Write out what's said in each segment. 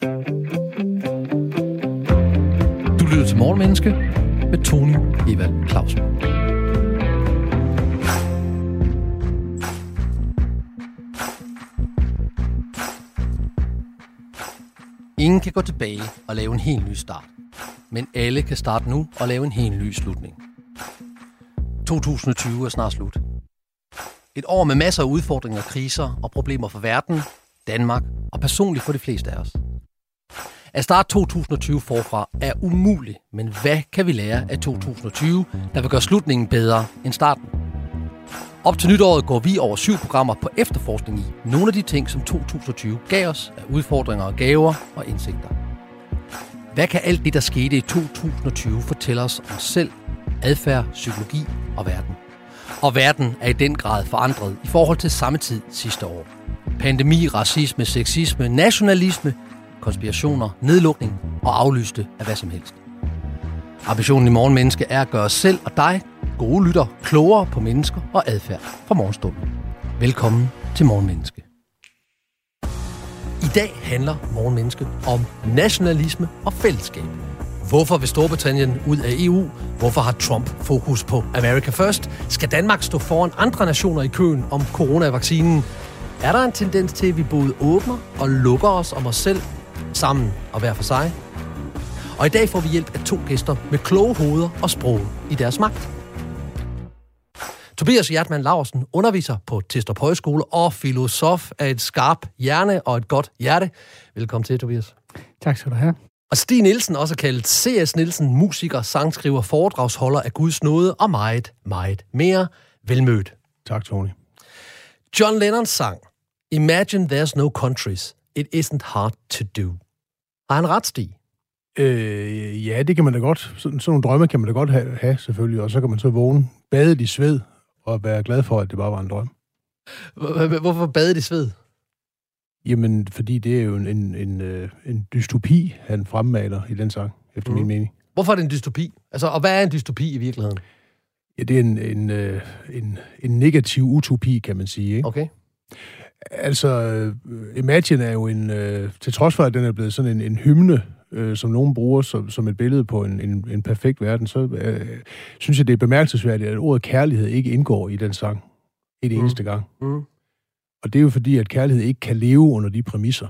Du lytter til Morgenmenneske med Tony Evald Clausen. Ingen kan gå tilbage og lave en helt ny start. Men alle kan starte nu og lave en helt ny slutning. 2020 er snart slut. Et år med masser af udfordringer, kriser og problemer for verden, Danmark og personligt for de fleste af os. At starte 2020 forfra er umuligt, men hvad kan vi lære af 2020, der vil gøre slutningen bedre end starten? Op til nytåret går vi over 7 programmer på efterforskning i nogle af de ting, som 2020 gav os af udfordringer og gaver og indsigter. Hvad kan alt det, der skete i 2020, fortælle os om os selv, adfærd, psykologi og verden? Og verden er i den grad forandret i forhold til samme tid sidste år. Pandemi, racisme, sexisme, nationalisme, konspirationer, nedlukning og aflyste af hvad som helst. Ambitionen i Morgenmenneske er at gøre os selv og dig, gode lytter, klogere på mennesker og adfærd fra morgenstunden. Velkommen til Morgenmenneske. I dag handler Morgenmenneske om nationalisme og fællesskab. Hvorfor vil Storbritannien ud af EU? Hvorfor har Trump fokus på America First? Skal Danmark stå foran andre nationer i køen om coronavaccinen? Er der en tendens til, at vi både åbner og lukker os om os selv, sammen og hver for sig? Og i dag får vi hjælp af 2 gæster med kloge hoveder og sprog i deres magt. Tobias Hjertmann Laursen underviser på Testrup Højskole og filosof af et skarp hjerne og et godt hjerte. Velkommen til, Tobias. Tak skal du have. Og Stig Nielsen, også kaldt C.S. Nielsen, musiker, sangskriver, foredragsholder af Guds nåde og meget, meget mere. Velmødt. Tak, Tony. John Lennons sang Imagine There's No Countries, It Isn't Hard to Do. Har han ret, Stig? Ja, det kan man da godt. Sådan nogle drømme kan man da godt have, selvfølgelig. Og så kan man så vågne, bade i sved og være glad for, at det bare var en drøm. Hvorfor bade i sved? Jamen, fordi det er jo en dystopi, han fremmaler i den sang, efter min mening. Hvorfor er det en dystopi? Altså, og hvad er en dystopi i virkeligheden? Ja, det er en negativ utopi, kan man sige, ikke? Okay. Altså, Imagine er jo til trods for, at den er blevet sådan en hymne, som nogen bruger som et billede på en perfekt verden, så synes jeg, det er bemærkelsesværdigt, at ordet kærlighed ikke indgår i den sang et eneste gang. Og det er jo fordi, at kærlighed ikke kan leve under de præmisser,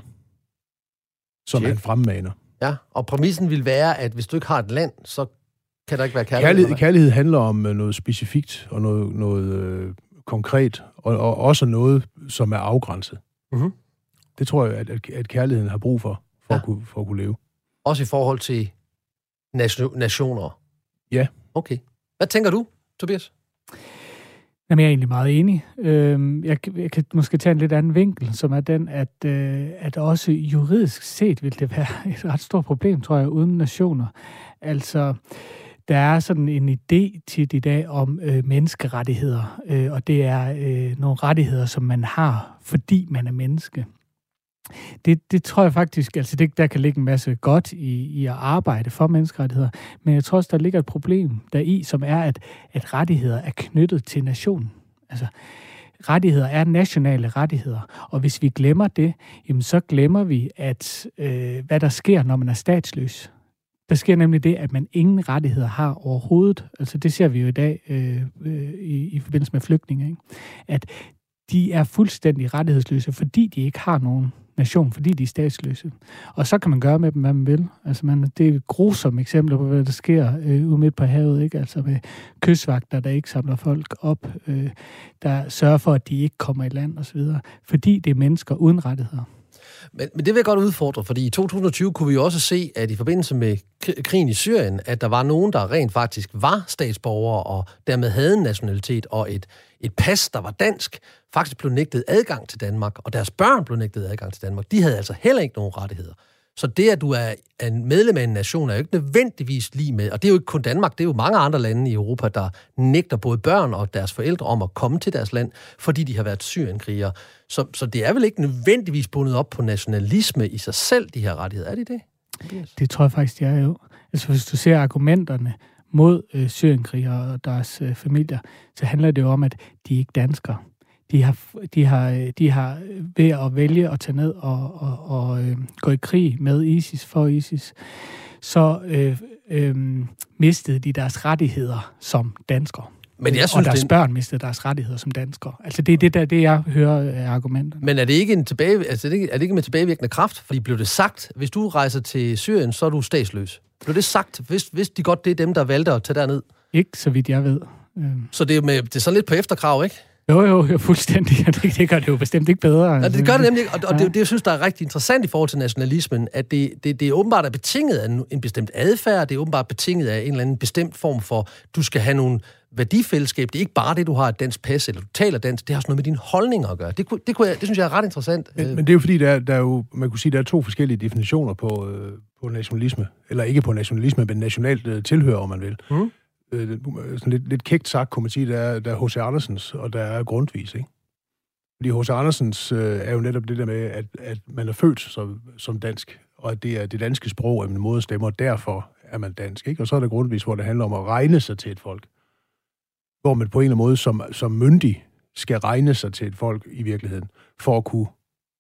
som han fremmaner. Ja, og præmissen vil være, at hvis du ikke har et land, så kan der ikke være kærlighed. Kærlighed handler om noget specifikt og noget konkret, og også noget, som er afgrænset. Mm-hmm. Det tror jeg, at kærligheden har brug for at kunne leve. Også i forhold til nationer? Ja. Okay. Hvad tænker du, Tobias? Jamen, jeg er egentlig meget enig. Jeg kan måske tage en lidt anden vinkel, som er den, at også juridisk set vil det være et ret stort problem, tror jeg, uden nationer. Altså, der er sådan en idé tit i dag om menneskerettigheder, og det er nogle rettigheder, som man har, fordi man er menneske. Det tror jeg faktisk, altså der kan ligge en masse godt i at arbejde for menneskerettigheder, men jeg tror også, der ligger et problem deri, som er, at rettigheder er knyttet til nationen. Altså, rettigheder er nationale rettigheder, og hvis vi glemmer det, jamen så glemmer vi, at hvad der sker, når man er statsløs. Der sker nemlig det, at man ingen rettigheder har overhovedet. Altså det ser vi jo i dag i forbindelse med flygtninge, ikke? At de er fuldstændig rettighedsløse, fordi de ikke har nogen nation, fordi de er statsløse. Og så kan man gøre med dem, hvad man vil. Altså det er grusomme eksempler på, hvad der sker ude midt på havet, ikke? Altså med kystvagter, der ikke samler folk op, der sørger for, at de ikke kommer i land osv., fordi det er mennesker uden rettigheder. Men det vil jeg godt udfordre, fordi i 2020 kunne vi jo også se, at i forbindelse med krigen i Syrien, at der var nogen, der rent faktisk var statsborgere og dermed havde en nationalitet og et pas, der var dansk, faktisk blev nægtet adgang til Danmark, og deres børn blev nægtet adgang til Danmark. De havde altså heller ikke nogen rettigheder. Så det, at du er en medlem af en nation, er jo ikke nødvendigvis lige med, og det er jo ikke kun Danmark, det er jo mange andre lande i Europa, der nægter både børn og deres forældre om at komme til deres land, fordi de har været syrienkrigere. Så det er vel ikke nødvendigvis bundet op på nationalisme i sig selv, de her rettigheder. Er det det? Yes. Det tror jeg faktisk, det er jo. Altså hvis du ser argumenterne mod syrienkrigere og deres familier, så handler det jo om, at de ikke er danskere. de har ved at vælge at tage ned og gå i krig med ISIS for ISIS, så mistede de deres rettigheder som danskere. Men jeg synes, og deres børn mistede deres rettigheder som danskere. Altså det er det, jeg hører af argumenterne. Men er det ikke er det ikke med tilbagevirkende kraft? Fordi blev det sagt, hvis du rejser til Syrien, så er du statsløs. Blev det sagt, hvis de godt, det er dem, der valgte at tage derned? Ikke, så vidt jeg ved. Så det er sådan lidt på efterkrav, ikke? Jo, fuldstændig. Det gør det jo bestemt ikke bedre. Ja, det gør det nemlig ikke, og det jeg synes, der er rigtig interessant i forhold til nationalismen, at det er åbenbart betinget af en bestemt adfærd, det er åbenbart betinget af en eller anden bestemt form for, du skal have nogle værdifællesskab. Det er ikke bare det, du har et dansk pas, eller du taler dansk, det har også noget med dine holdninger at gøre. Det synes jeg er ret interessant. Men det er jo fordi, der er jo, man kunne sige, der er to forskellige definitioner på nationalisme. Eller ikke på nationalisme, men nationalt tilhør, om man vil. Sådan lidt kægt sagt, kunne man sige, der er H.C. Andersens, og der er Grundtvigs, ikke? Fordi H.C. Andersens er jo netop det der med, at man er født som dansk, og at det er det danske sprog, at man moderstemmer, og derfor er man dansk, ikke? Og så er der Grundtvigs, hvor det handler om at regne sig til et folk. Hvor man på en eller anden måde som myndig skal regne sig til et folk i virkeligheden, for at kunne,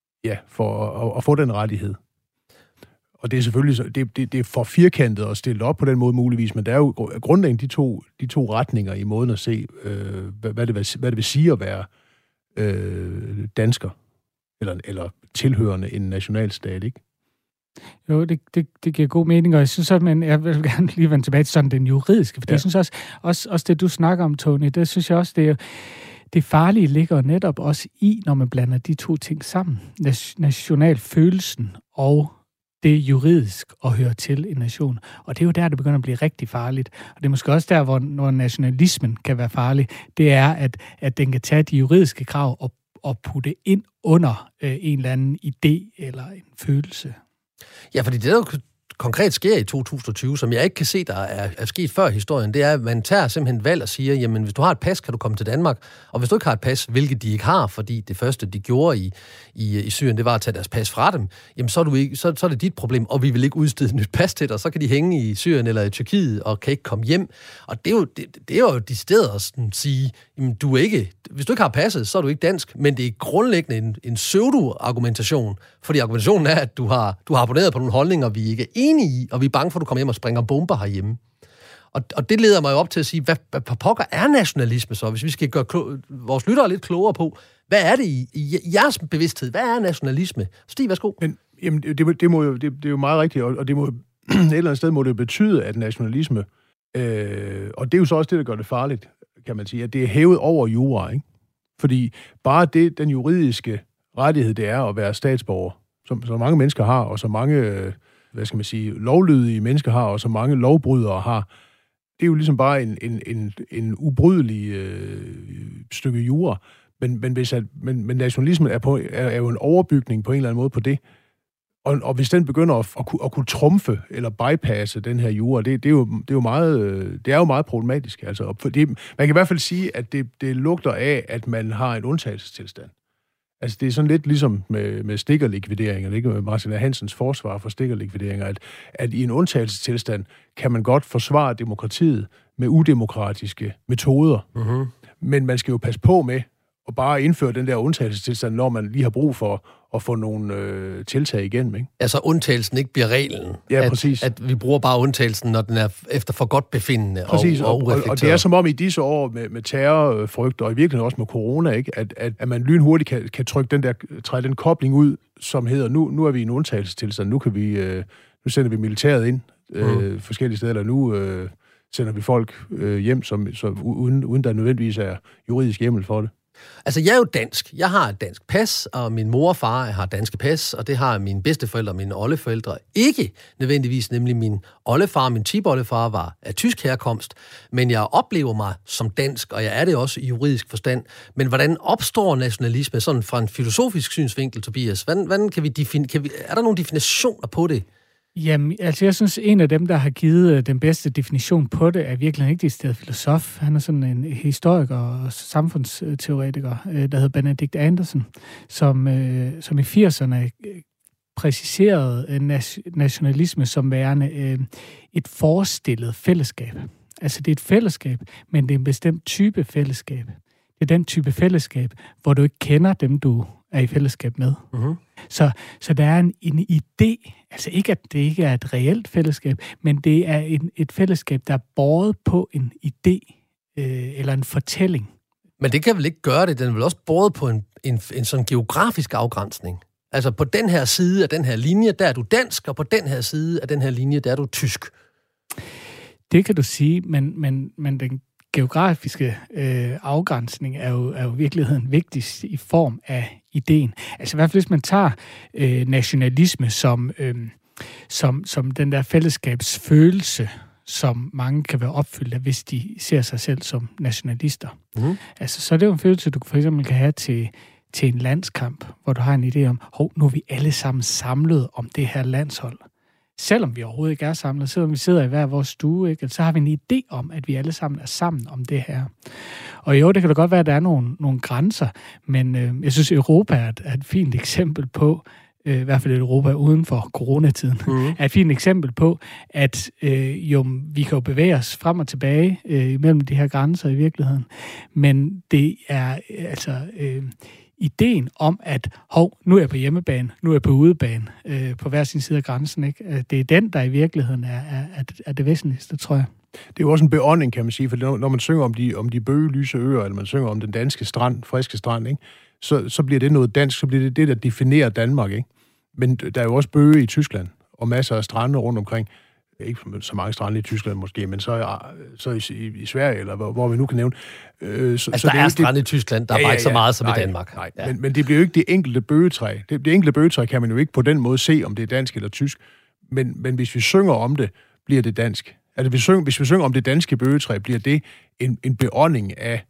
for at få den rettighed. Og det er selvfølgelig det er for firkantet at stille op på den måde muligvis, men der er jo grundlæggende de to retninger i måden at se, hvad det vil sige at være dansker, eller tilhørende en nationalstat, ikke? Jo, det giver god mening, og jeg synes men jeg vil gerne lige vende tilbage til sådan den juridiske, for jeg synes også det, du snakker om, Tony, det synes jeg også, det farlige ligger netop også i, når man blander de to ting sammen. Nationalfølelsen og det juridisk at høre til en nation. Og det er jo der, det begynder at blive rigtig farligt. Og det er måske også der, hvor nationalismen kan være farlig. Det er, at den kan tage de juridiske krav og putte ind under en eller anden idé eller en følelse. Ja, fordi det der jo konkret sker i 2020, som jeg ikke kan se, der er sket før i historien, det er, at man tager simpelthen valg og siger, jamen hvis du har et pas, kan du komme til Danmark, og hvis du ikke har et pas, hvilket de ikke har, fordi det første, de gjorde i Syrien, det var at tage deres pas fra dem, jamen så er det dit problem, og vi vil ikke udstede et nyt pas til dig, så kan de hænge i Syrien eller i Tyrkiet, og kan ikke komme hjem. Og det er jo decideret at sådan sige, jamen hvis du ikke har passet, så er du ikke dansk, men det er grundlæggende en pseudo-argumentation, fordi argumentationen er, at du har abonneret på nogle holdninger, vi ikke er enige i, og vi er bange for, at du kommer hjem og springer bomber herhjemme. Og det leder mig jo op til at sige, hvad pokker er nationalisme så, hvis vi skal gøre vores lyttere lidt klogere på, hvad er det i jeres bevidsthed? Hvad er nationalisme? Stig, værsgo. Men jamen, det er jo meget rigtigt, og det må et eller andet sted må det betyde, at nationalisme, og det er jo så også det, der gør det farligt, kan man sige, at det er hævet over jura, ikke? Fordi bare den juridiske rettighed, det er at være statsborger, som mange mennesker har, og så mange, lovlydige mennesker har, og så mange lovbrydere har, det er jo ligesom bare en ubrydelig stykke jura. Men nationalismen er jo en overbygning på en eller anden måde på det. Og hvis den begynder at kunne trumfe eller bypasse den her jura, det er jo meget problematisk. Altså, fordi man kan i hvert fald sige, at det lugter af, at man har en undtagelsestilstand. Altså, det er sådan lidt ligesom med stikkerlikvideringer, ikke? Med Martin Hansens forsvar for stikkerlikvideringer, at i en undtagelsestilstand kan man godt forsvare demokratiet med udemokratiske metoder. Uh-huh. Men man skal jo passe på med at bare indføre den der undtagelsestilstand, når man lige har brug for at få nogle tiltag igennem, ikke? Altså undtagelsen ikke bliver reglen. Ja, præcis. At vi bruger bare undtagelsen, når den er efter for godt befindende præcis, og ureflekteret. Og det er som om i disse år med terrorfrygt, og i virkeligheden også med corona, ikke? At man lynhurtigt kan træde den kobling ud, som hedder, nu er vi i en undtagelsestilstand, nu nu sender vi militæret ind forskellige steder, eller nu sender vi folk hjem, som uden der nødvendigvis er juridisk hjemmel for det. Altså, jeg er jo dansk. Jeg har et dansk pas, og min mor og far har danske pas, og det har mine bedsteforældre og mine oldeforældre ikke nødvendigvis, nemlig min oldefar, min tipoldefar var af tysk herkomst, men jeg oplever mig som dansk, og jeg er det også i juridisk forstand. Men hvordan opstår nationalisme sådan fra en filosofisk synsvinkel, Tobias? Hvordan kan vi er der nogle definitioner på det? Jamen, altså jeg synes, en af dem, der har givet den bedste definition på det, er virkelig ikke decideret filosof. Han er sådan en historiker og samfundsteoretiker, der hedder Benedict Anderson, som i 80'erne præciserede nationalisme som værende et forestillet fællesskab. Altså det er et fællesskab, men det er en bestemt type fællesskab. Det er den type fællesskab, hvor du ikke kender dem, du er i fællesskab med. Mm-hmm. Så der er en idé, altså ikke, at det ikke er et reelt fællesskab, men det er et fællesskab, der er båret på en idé eller en fortælling. Men det kan vel ikke gøre det? Den er vel også båret på en sådan geografisk afgrænsning? Altså på den her side af den her linje, der er du dansk, og på den her side af den her linje, der er du tysk. Det kan du sige, men den geografiske afgrænsning er jo i virkeligheden vigtigst i form af ideen. Altså i hvert fald, hvis man tager nationalisme som den der fællesskabsfølelse, som mange kan være opfyldt af, hvis de ser sig selv som nationalister. Mm. Altså, så er det jo en følelse, du for eksempel kan have til en landskamp, hvor du har en idé om, nu er vi alle sammen samlet om det her landshold. Selvom vi overhovedet ikke er samlet, selvom vi sidder i hver vores stue, ikke? Så har vi en idé om, at vi alle sammen er sammen om det her. Og jo, det kan da godt være, at der er nogle grænser, men jeg synes, Europa er et fint eksempel på, i hvert fald Europa uden for coronatiden, er et fint eksempel på, at vi kan jo bevæge os frem og tilbage mellem de her grænser i virkeligheden. Men det er altså ideen om, at nu er jeg på hjemmebane, nu er jeg på udebane, på hver sin side af grænsen. Ikke? Det er den, der i virkeligheden er det væsentligste, tror jeg. Det er jo også en beånding, kan man sige, for når man synger om de bøgelyse øer, eller man synger om den danske strand, friske strand, ikke? Så bliver det noget dansk, så bliver det, der definerer Danmark, ikke? Men der er jo også bøge i Tyskland, og masser af strande rundt omkring. Ikke så mange strande i Tyskland måske, men så i Sverige, eller hvor vi nu kan nævne. Der er strande i Tyskland, der er bare ikke så meget som i Danmark. Nej. Ja. Men det bliver jo ikke det enkelte bøgetræ. Det enkelte bøgetræ kan man jo ikke på den måde se, om det er dansk eller tysk. Men hvis vi synger om det, bliver det dansk. Altså hvis vi synger om det danske bøgetræ, bliver det en beånding af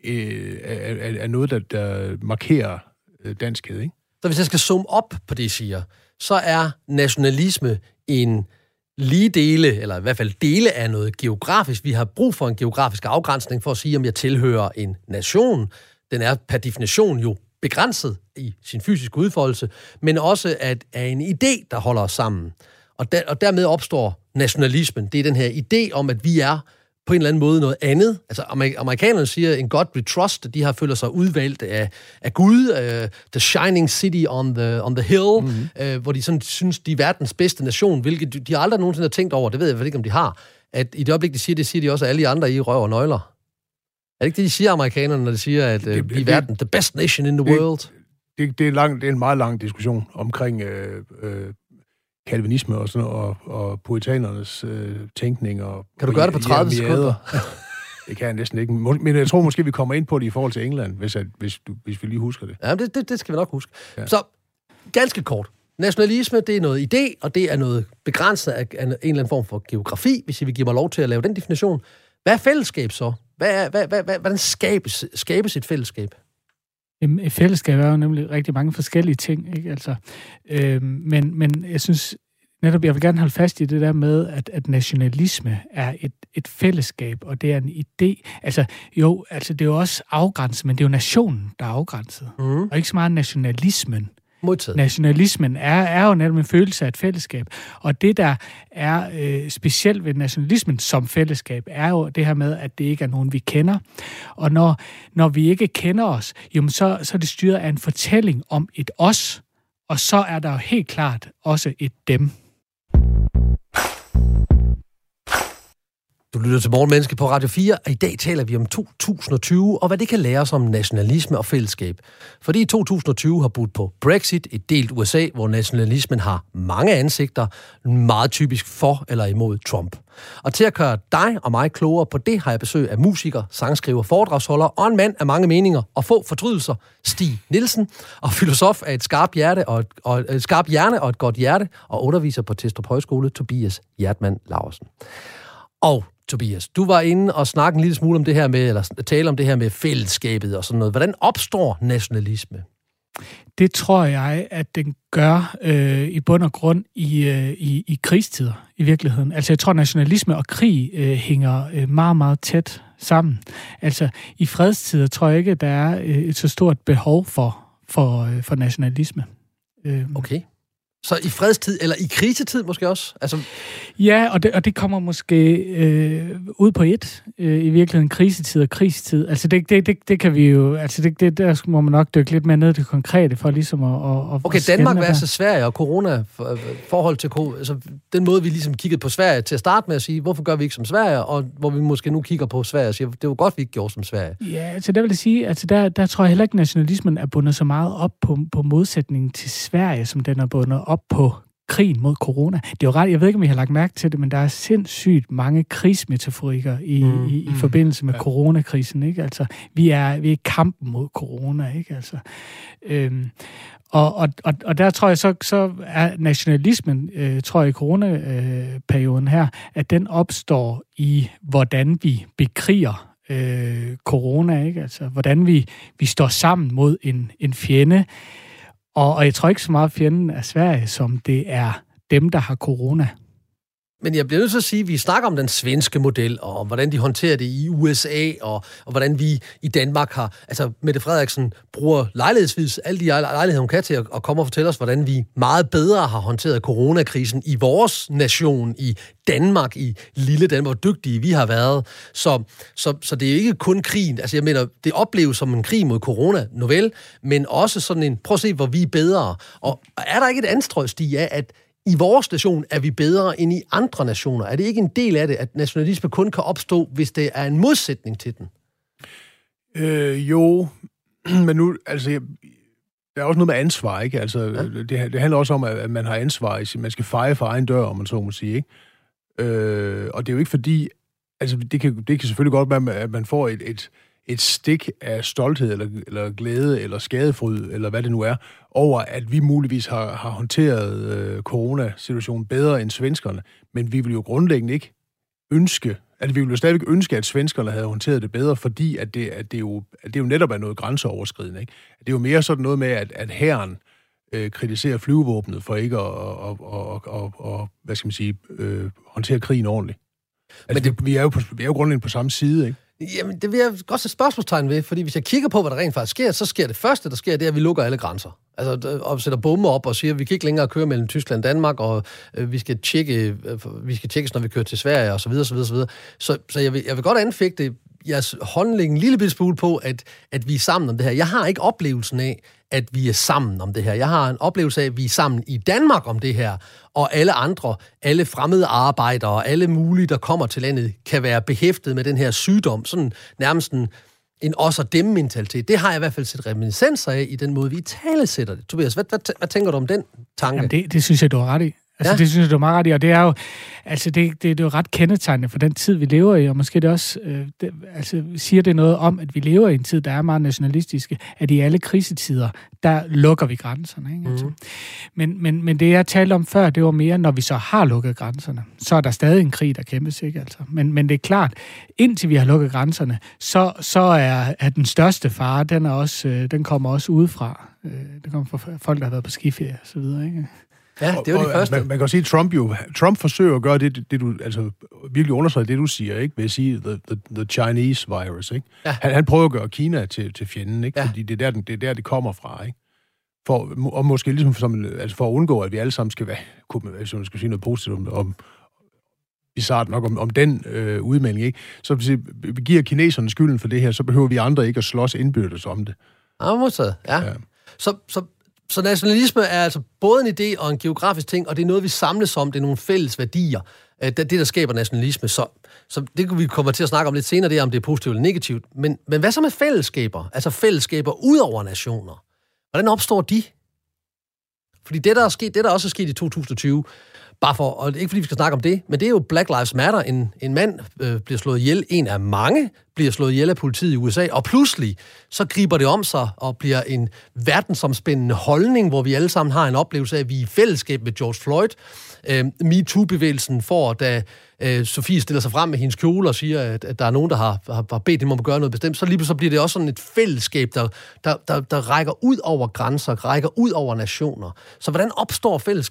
noget, der markerer danskhed, ikke? Så hvis jeg skal zoome op på det, I siger, så er nationalisme en lige dele, eller i hvert fald dele af noget geografisk. Vi har brug for en geografisk afgrænsning for at sige, om jeg tilhører en nation. Den er per definition jo begrænset i sin fysiske udfoldelse, men også af en idé, der holder os sammen. Og dermed opstår nationalismen. Det er den her idé om, at vi er på en eller anden måde noget andet. Altså amerikanerne siger, in God we trust, de har følt sig udvalgt af Gud, the shining city on the hill, hvor de sådan synes, de er verdens bedste nation, hvilket de aldrig nogensinde har tænkt over, det ved jeg ikke, om de har, at i det øjeblik, det siger de også alle de andre i røv og nøgler. Er det ikke det, de siger, amerikanerne, når de siger, at vi er verden, the best nation in the world? Det er en meget lang diskussion omkring kalvinisme og sådan og puritanernes tænkning. Kan du gøre det på 30 sekunder? Det kan jeg næsten ikke. Men jeg tror måske, vi kommer ind på det i forhold til England, hvis vi lige husker det. Ja, det skal vi nok huske. Ja. Så, ganske kort. Nationalisme, det er noget idé, og det er noget begrænset af en eller anden form for geografi, hvis I vil give mig lov til at lave den definition. Hvad er fællesskab så? Hvordan skabes et fællesskab? Et fællesskab er jo nemlig rigtig mange forskellige ting, ikke? Altså, men jeg synes netop, jeg vil gerne holde fast i det der med, at nationalisme er et fællesskab, og det er en idé. Altså, det er jo også afgrænset, men det er jo nationen, der er afgrænset. Og ikke så meget nationalismen. Modtaget. Nationalismen er jo netop en følelse af et fællesskab. Og det, der er specielt ved nationalismen som fællesskab, er jo det her med, at det ikke er nogen, vi kender. Og når vi ikke kender os, så er det styret af en fortælling om et os, og så er der jo helt klart også et dem. Du lytter til Morgenmenneske på Radio 4, og i dag taler vi om 2020, og hvad det kan lære os om nationalisme og fællesskab. Fordi 2020 har budt på Brexit, et delt USA, hvor nationalismen har mange ansigter, meget typisk for eller imod Trump. Og til at gøre dig og mig klogere på det, har jeg besøg af musiker, sangskriver, foredragsholder og en mand af mange meninger og få fortrydelser, Stig Nielsen, og filosof af et skarpt hjerne og et godt hjerte, og underviser på Testrup Højskole, Tobias Hjertmann Laursen. Og Tobias, du var inde og snakke en lille smule om det her med, eller tale om det her med fællesskabet og sådan noget. Hvordan opstår nationalisme? Det tror jeg, at den gør i bund og grund i krigstider i virkeligheden. Altså jeg tror, nationalisme og krig hænger meget, meget tæt sammen. Altså i fredstider tror jeg ikke, at der er et så stort behov for nationalisme. Okay. Så i fredstid, eller i krisetid måske også? Altså... Ja, og det kommer måske ud på i virkeligheden krisetid og krigstid. Altså det kan vi jo, altså det der må man nok dykke lidt mere ned til konkrete for ligesom at okay, Danmark versus Sverige og corona forhold til altså den måde vi ligesom kiggede på Sverige til at starte med at sige, hvorfor gør vi ikke som Sverige, og hvor vi måske nu kigger på Sverige og siger, det var godt vi ikke gjorde som Sverige. Ja, altså der vil jeg sige, altså der tror jeg heller ikke nationalismen er bundet så meget op på modsætningen til Sverige, som den er bundet op på krigen mod corona. Det er jo ret, jeg ved ikke, om I har lagt mærke til det, men der er sindssygt mange krigsmetaforikker i forbindelse med coronakrisen, ikke? Altså, vi er i kampen mod corona, ikke? Altså, og der tror jeg så er nationalismen, tror jeg i coronaperioden her, at den opstår i, hvordan vi bekriger corona, ikke? Altså, hvordan vi står sammen mod en fjende. Og jeg tror ikke så meget fjenden af Sverige, som det er dem, der har corona. Men jeg bliver nødt til at sige, at vi snakker om den svenske model, og hvordan de håndterer det i USA, og hvordan vi i Danmark har... Altså, Mette Frederiksen bruger lejlighedsvis alle de lejligheder, hun kan til at komme og fortælle os, hvordan vi meget bedre har håndteret coronakrisen i vores nation, i Danmark, i lille Danmark, hvor dygtige vi har været. Så det er ikke kun krigen. Altså, jeg mener, det opleves som en krig mod corona, novel, men også sådan en... Prøv at se, hvor vi er bedre. Og er der ikke et anstrøg, Stig, af, at i vores nation er vi bedre end i andre nationer? Er det ikke en del af det, at nationalisme kun kan opstå, hvis det er en modsætning til den? Jo, men nu, altså, der er også noget med ansvar, ikke? Altså, ja. Det handler også om, at man har ansvar. Man skal feje for egen dør, om man så må sige, ikke? Og det er jo ikke fordi... Altså, det kan selvfølgelig godt være, at man får et stik af stolthed, eller glæde, eller skadefryd, eller hvad det nu er, over at vi muligvis har håndteret coronasituationen bedre end svenskerne. Men vi vil jo grundlæggende ikke ønske, vi vil jo stadigvæk ønske, at svenskerne havde håndteret det bedre, fordi at det jo netop er noget grænseoverskridende, ikke? Det er jo mere sådan noget med, at hæren kritiserer flyvevåbnet for ikke at hvad skal man sige, håndtere krigen ordentligt. Altså, vi er jo grundlæggende på samme side, ikke? Jamen, det vil jeg godt sætte spørgsmålstegn ved, fordi hvis jeg kigger på, hvad der rent faktisk sker, så sker det første, der sker, det er, at vi lukker alle grænser. Altså, og sætter bomber op og siger, at vi kan ikke længere køre mellem Tyskland og Danmark, og vi skal tjekkes, når vi kører til Sverige, og så videre, så videre, så videre. Så jeg vil godt anfægte jeres håndlægge en lille bitte smule på, at vi er sammen om det her. Jeg har ikke oplevelsen af, at vi er sammen om det her. Jeg har en oplevelse af, at vi er sammen i Danmark om det her, og alle andre, alle fremmede arbejdere, alle mulige, der kommer til landet, kan være behæftet med den her sygdom. Sådan nærmest en os og dem-mentalitet. Det har jeg i hvert fald set reminiscenser af i den måde, vi talesætter det. Tobias, hvad tænker du om den tanke? Jamen det synes jeg, du har ret i. Altså, det synes jeg, du er meget ret i, og det er jo, altså, det er jo ret kendetegnende for den tid, vi lever i, og måske det også, siger det noget om, at vi lever i en tid, der er meget nationalistiske, at i alle krisetider, der lukker vi grænserne, ikke? Altså. Men det, jeg talte om før, det var mere, når vi så har lukket grænserne, så er der stadig en krig, der kæmpes, ikke? Altså. Men det er klart, indtil vi har lukket grænserne, så er den største fare, den kommer også udefra. Det kommer fra folk, der har været på skiferie og så videre, ikke? Ja, det er jo det første. Man kan sige, at Trump forsøger at gøre det du, altså virkelig understreger det, du siger, ikke? Ved at sige, the Chinese virus, ikke? Ja. Han prøver at gøre Kina til fjenden, ikke? Ja. Fordi det er der, det kommer fra, ikke? Og måske ligesom for at undgå, at vi alle sammen skal være, hvis man skal sige noget positivt om bizarrt nok om den udmelding, ikke? Så hvis vi giver kineserne skylden for det her, så behøver vi andre ikke at slås indbyrdes om det. Ja. Så nationalisme er altså både en idé og en geografisk ting, og det er noget, vi samles om. Det er nogle fælles værdier. Det, der skaber nationalisme. Så det kan vi komme til at snakke om lidt senere, det er, om det er positivt eller negativt. Men hvad så med fællesskaber? Altså fællesskaber ud over nationer. Hvordan opstår de? Fordi det, der også er sket i 2020, bare for, og ikke fordi vi skal snakke om det, men det er jo Black Lives Matter. En mand bliver slået ihjel, en af mange bliver slået ihjel af politiet i USA, og pludselig så griber det om sig og bliver en verdensomspændende holdning, hvor vi alle sammen har en oplevelse af, at vi er i fællesskab med George Floyd. MeToo-bevægelsen får, da Sofie stiller sig frem med hendes kjole og siger, at der er nogen, der har bedt dem om at gøre noget bestemt, så lige så bliver det også sådan et fællesskab, der rækker ud over grænser, rækker ud over nationer. Så hvordan opstår fællesskaber?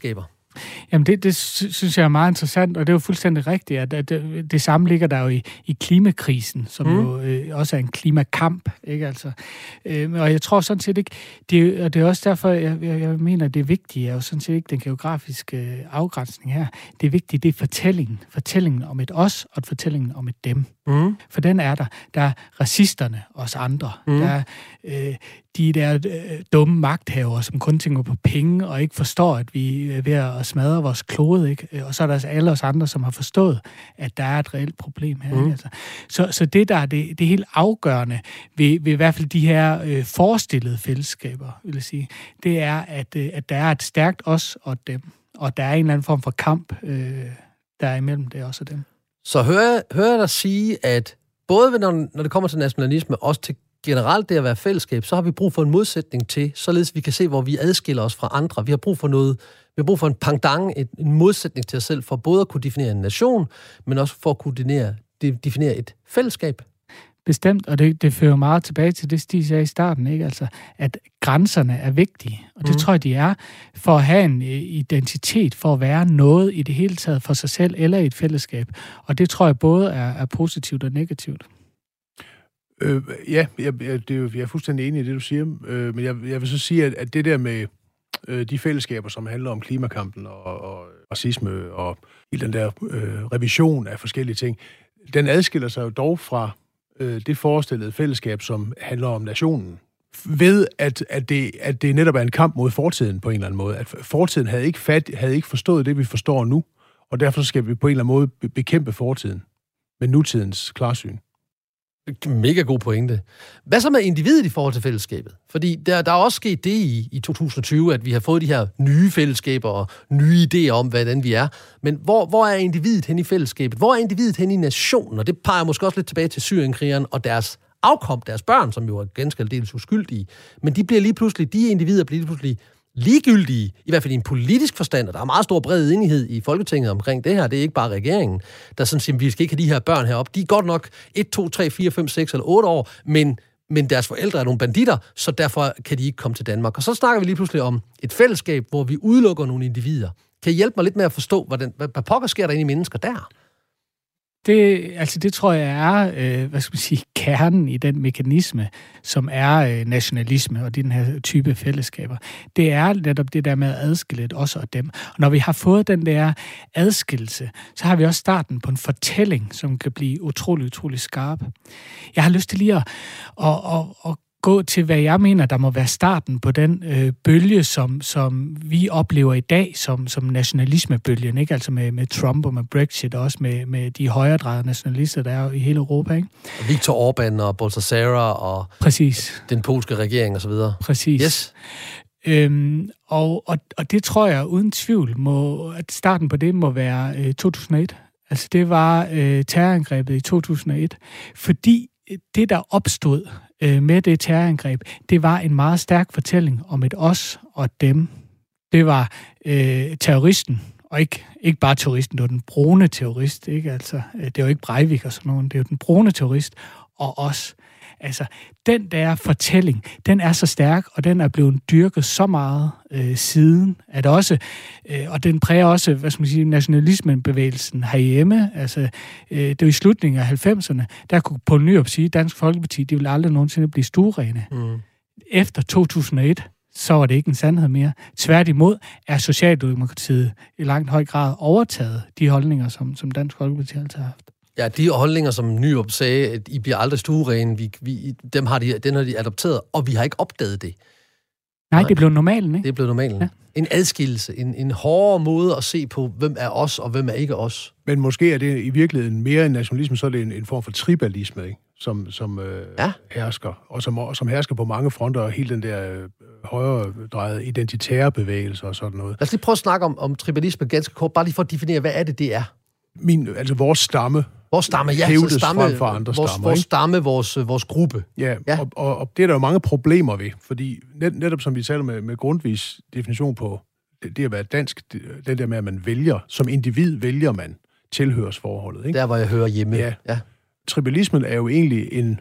Jamen, det synes jeg er meget interessant, og det er jo fuldstændig rigtigt, at det samme ligger der jo i klimakrisen, som jo også er en klimakamp, ikke altså? Og jeg tror sådan set ikke, og det er også derfor, jeg mener, at det vigtige er jo sådan set ikke den geografiske afgrænsning her. Det er vigtigt, det er fortællingen om et os, og fortællingen om et dem. For den er der. Der er racisterne, os andre. Der er de der dumme magthavere, som kun tænker på penge, og ikke forstår, at vi er ved at smadre vores klode, ikke? Og så er der alle os andre, som har forstået, at der er et reelt problem her. Altså. Så det, der er det helt afgørende ved i hvert fald de her forestillede fællesskaber, vil jeg sige, det er, at der er et stærkt os og dem, og der er en eller anden form for kamp, der er imellem det også og dem. Så hører jeg dig sige, at både når det kommer til nationalisme, også til generelt det at være fællesskab, så har vi brug for en modsætning til, således vi kan se, hvor vi adskiller os fra andre. Vi har brug for noget, vi har brug for en pendant, en modsætning til os selv, for både at kunne definere en nation, men også for at kunne definere et fællesskab. Bestemt, og det fører meget tilbage til det, Stig sagde i starten, ikke? Altså, at grænserne er vigtige, og det tror jeg, de er, for at have en identitet, for at være noget i det hele taget for sig selv eller i et fællesskab. Og det tror jeg både er positivt og negativt. Jeg er fuldstændig enig i det, du siger, men jeg vil så sige, at det der med de fællesskaber, som handler om klimakampen og racisme og hele den der revision af forskellige ting, den adskiller sig jo dog fra det forestillede fællesskab, som handler om nationen. Ved, at det netop er en kamp mod fortiden på en eller anden måde. At fortiden havde ikke forstået det, vi forstår nu, og derfor skal vi på en eller anden måde bekæmpe fortiden med nutidens klarsyn. Mega god pointe. Hvad så med individet i forhold til fællesskabet? Fordi der er også sket det i 2020, at vi har fået de her nye fællesskaber og nye idéer om, hvordan vi er. Men hvor er individet hen i fællesskabet? Hvor er individet hen i nationen? Og det peger måske også lidt tilbage til Syrienkrigeren og deres afkom, deres børn, som jo er ganske aldeles uskyldige. Men de individer bliver lige pludselig ligegyldige, i hvert fald i en politisk forstand, og der er meget stor bred enighed i Folketinget omkring det her. Det er ikke bare regeringen, der sådan siger, vi skal ikke have de her børn heroppe. De er godt nok 1, 2, 3, 4, 5, 6 eller 8 år, men deres forældre er nogle banditter, så derfor kan de ikke komme til Danmark. Og så snakker vi lige pludselig om et fællesskab, hvor vi udelukker nogle individer. Kan I hjælpe mig lidt med at forstå, hvad pokker sker der inde i mennesker der? Det tror jeg er, kernen i den mekanisme, som er nationalisme og den her type fællesskaber. Det er netop det der med at adskille os og dem. Og når vi har fået den der adskillelse, så har vi også starten på en fortælling, som kan blive utrolig, utrolig skarp. Jeg har lyst til lige at gå til, hvad jeg mener, der må være starten på den bølge, som vi oplever i dag som nationalismebølgen, ikke? Altså med Trump og med Brexit, og også med de højredrejede nationalister, der er i hele Europa, ikke? Viktor Orbán og Bolsonaro og præcis. Den polske regering og så videre. Præcis. Yes. Og det tror jeg uden tvivl, at starten på det må være 2001. Altså det var terrorangrebet i 2001, fordi det, der opstod med det terrorangreb, det var en meget stærk fortælling om et os og dem. Det var terroristen, og ikke bare terroristen, det var den brune terrorist, ikke? Altså, det var ikke Breivik og sådan noget, det var den brune terrorist og os. Altså, den der fortælling, den er så stærk, og den er blevet dyrket så meget siden, at også, og den præger også, nationalismebevægelsen herhjemme. Altså, det var i slutningen af 90'erne, der kunne Poul Nyrup sige, Dansk Folkeparti, de ville aldrig nogensinde blive stuerene. Efter 2001, så var det ikke en sandhed mere. Tværtimod er Socialdemokratiet i langt høj grad overtaget de holdninger, som Dansk Folkeparti altid har haft. Ja, de holdninger, som Nyrup sagde, at I bliver aldrig stuerene, den har de adopteret, og vi har ikke opdaget det. Nej, det blev normalen, ikke? Det blev normalen. Ja. En adskillelse, en hårdere måde at se på, hvem er os, og hvem er ikke os. Men måske er det i virkeligheden mere end nationalisme, så er det en form for tribalisme, ikke? Som hersker, og som hersker på mange fronter, og hele den der højredrejede identitære bevægelse og sådan noget. Lad os lige prøve at snakke om tribalisme ganske kort, bare lige for at definere, hvad er det er? Vores stamme. Vores stamme, ja. Hævdes frem for andre stammer. Vores stamme, vores gruppe. Ja. Og det er der jo mange problemer ved, fordi netop som vi taler med Grundtvigs definition på det at være dansk, det der med, at man vælger, som individ vælger man tilhørsforholdet, ikke? Der, hvor jeg hører hjemme. Ja. Tribalismen er jo egentlig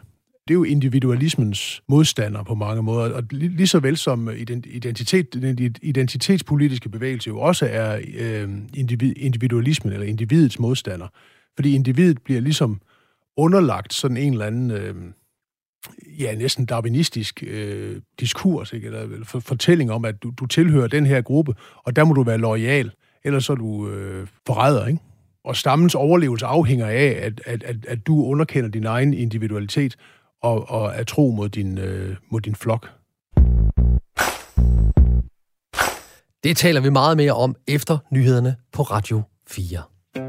det er jo individualismens modstander på mange måder, og lige så vel som den identitetspolitiske bevægelse jo også er individualismen eller individets modstander. Fordi individet bliver ligesom underlagt sådan en eller anden, næsten darwinistisk diskurs, ikke? Eller fortælling om, at du tilhører den her gruppe, og der må du være loyal, ellers så er du forræder, ikke? Og stammens overlevelse afhænger af, at du underkender din egen individualitet og er tro mod din flok. Det taler vi meget mere om efter nyhederne på Radio 4.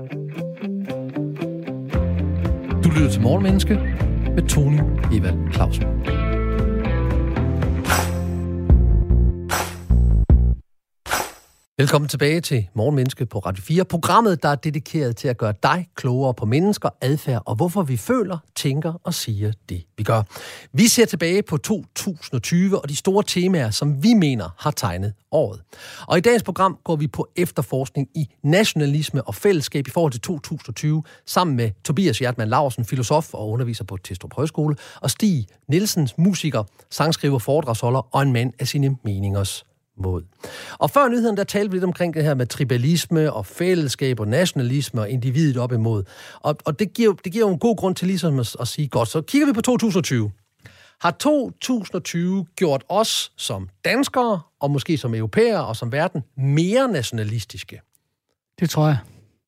Du lytter til Morgenmenneske med Tony Evald Clausen. Velkommen tilbage til Morgenmenneske på Radio 4, programmet, der er dedikeret til at gøre dig klogere på mennesker, adfærd og hvorfor vi føler, tænker og siger det, vi gør. Vi ser tilbage på 2020 og de store temaer, som vi mener har tegnet året. Og i dagens program går vi på efterforskning i nationalisme og fællesskab i forhold til 2020, sammen med Tobias Hjertmann Laursen, filosof og underviser på Testrup Højskole, og Stig Nielsens, musiker, sangskriver, foredragsholder og en mand af sine meningers mod. Og før nyheden, der talte vi lidt omkring det her med tribalisme og fællesskab og nationalisme og individet op imod. Og det giver jo en god grund til ligesom at sige, godt, så kigger vi på 2020. Har 2020 gjort os som danskere, og måske som europæere og som verden, mere nationalistiske? Det tror jeg.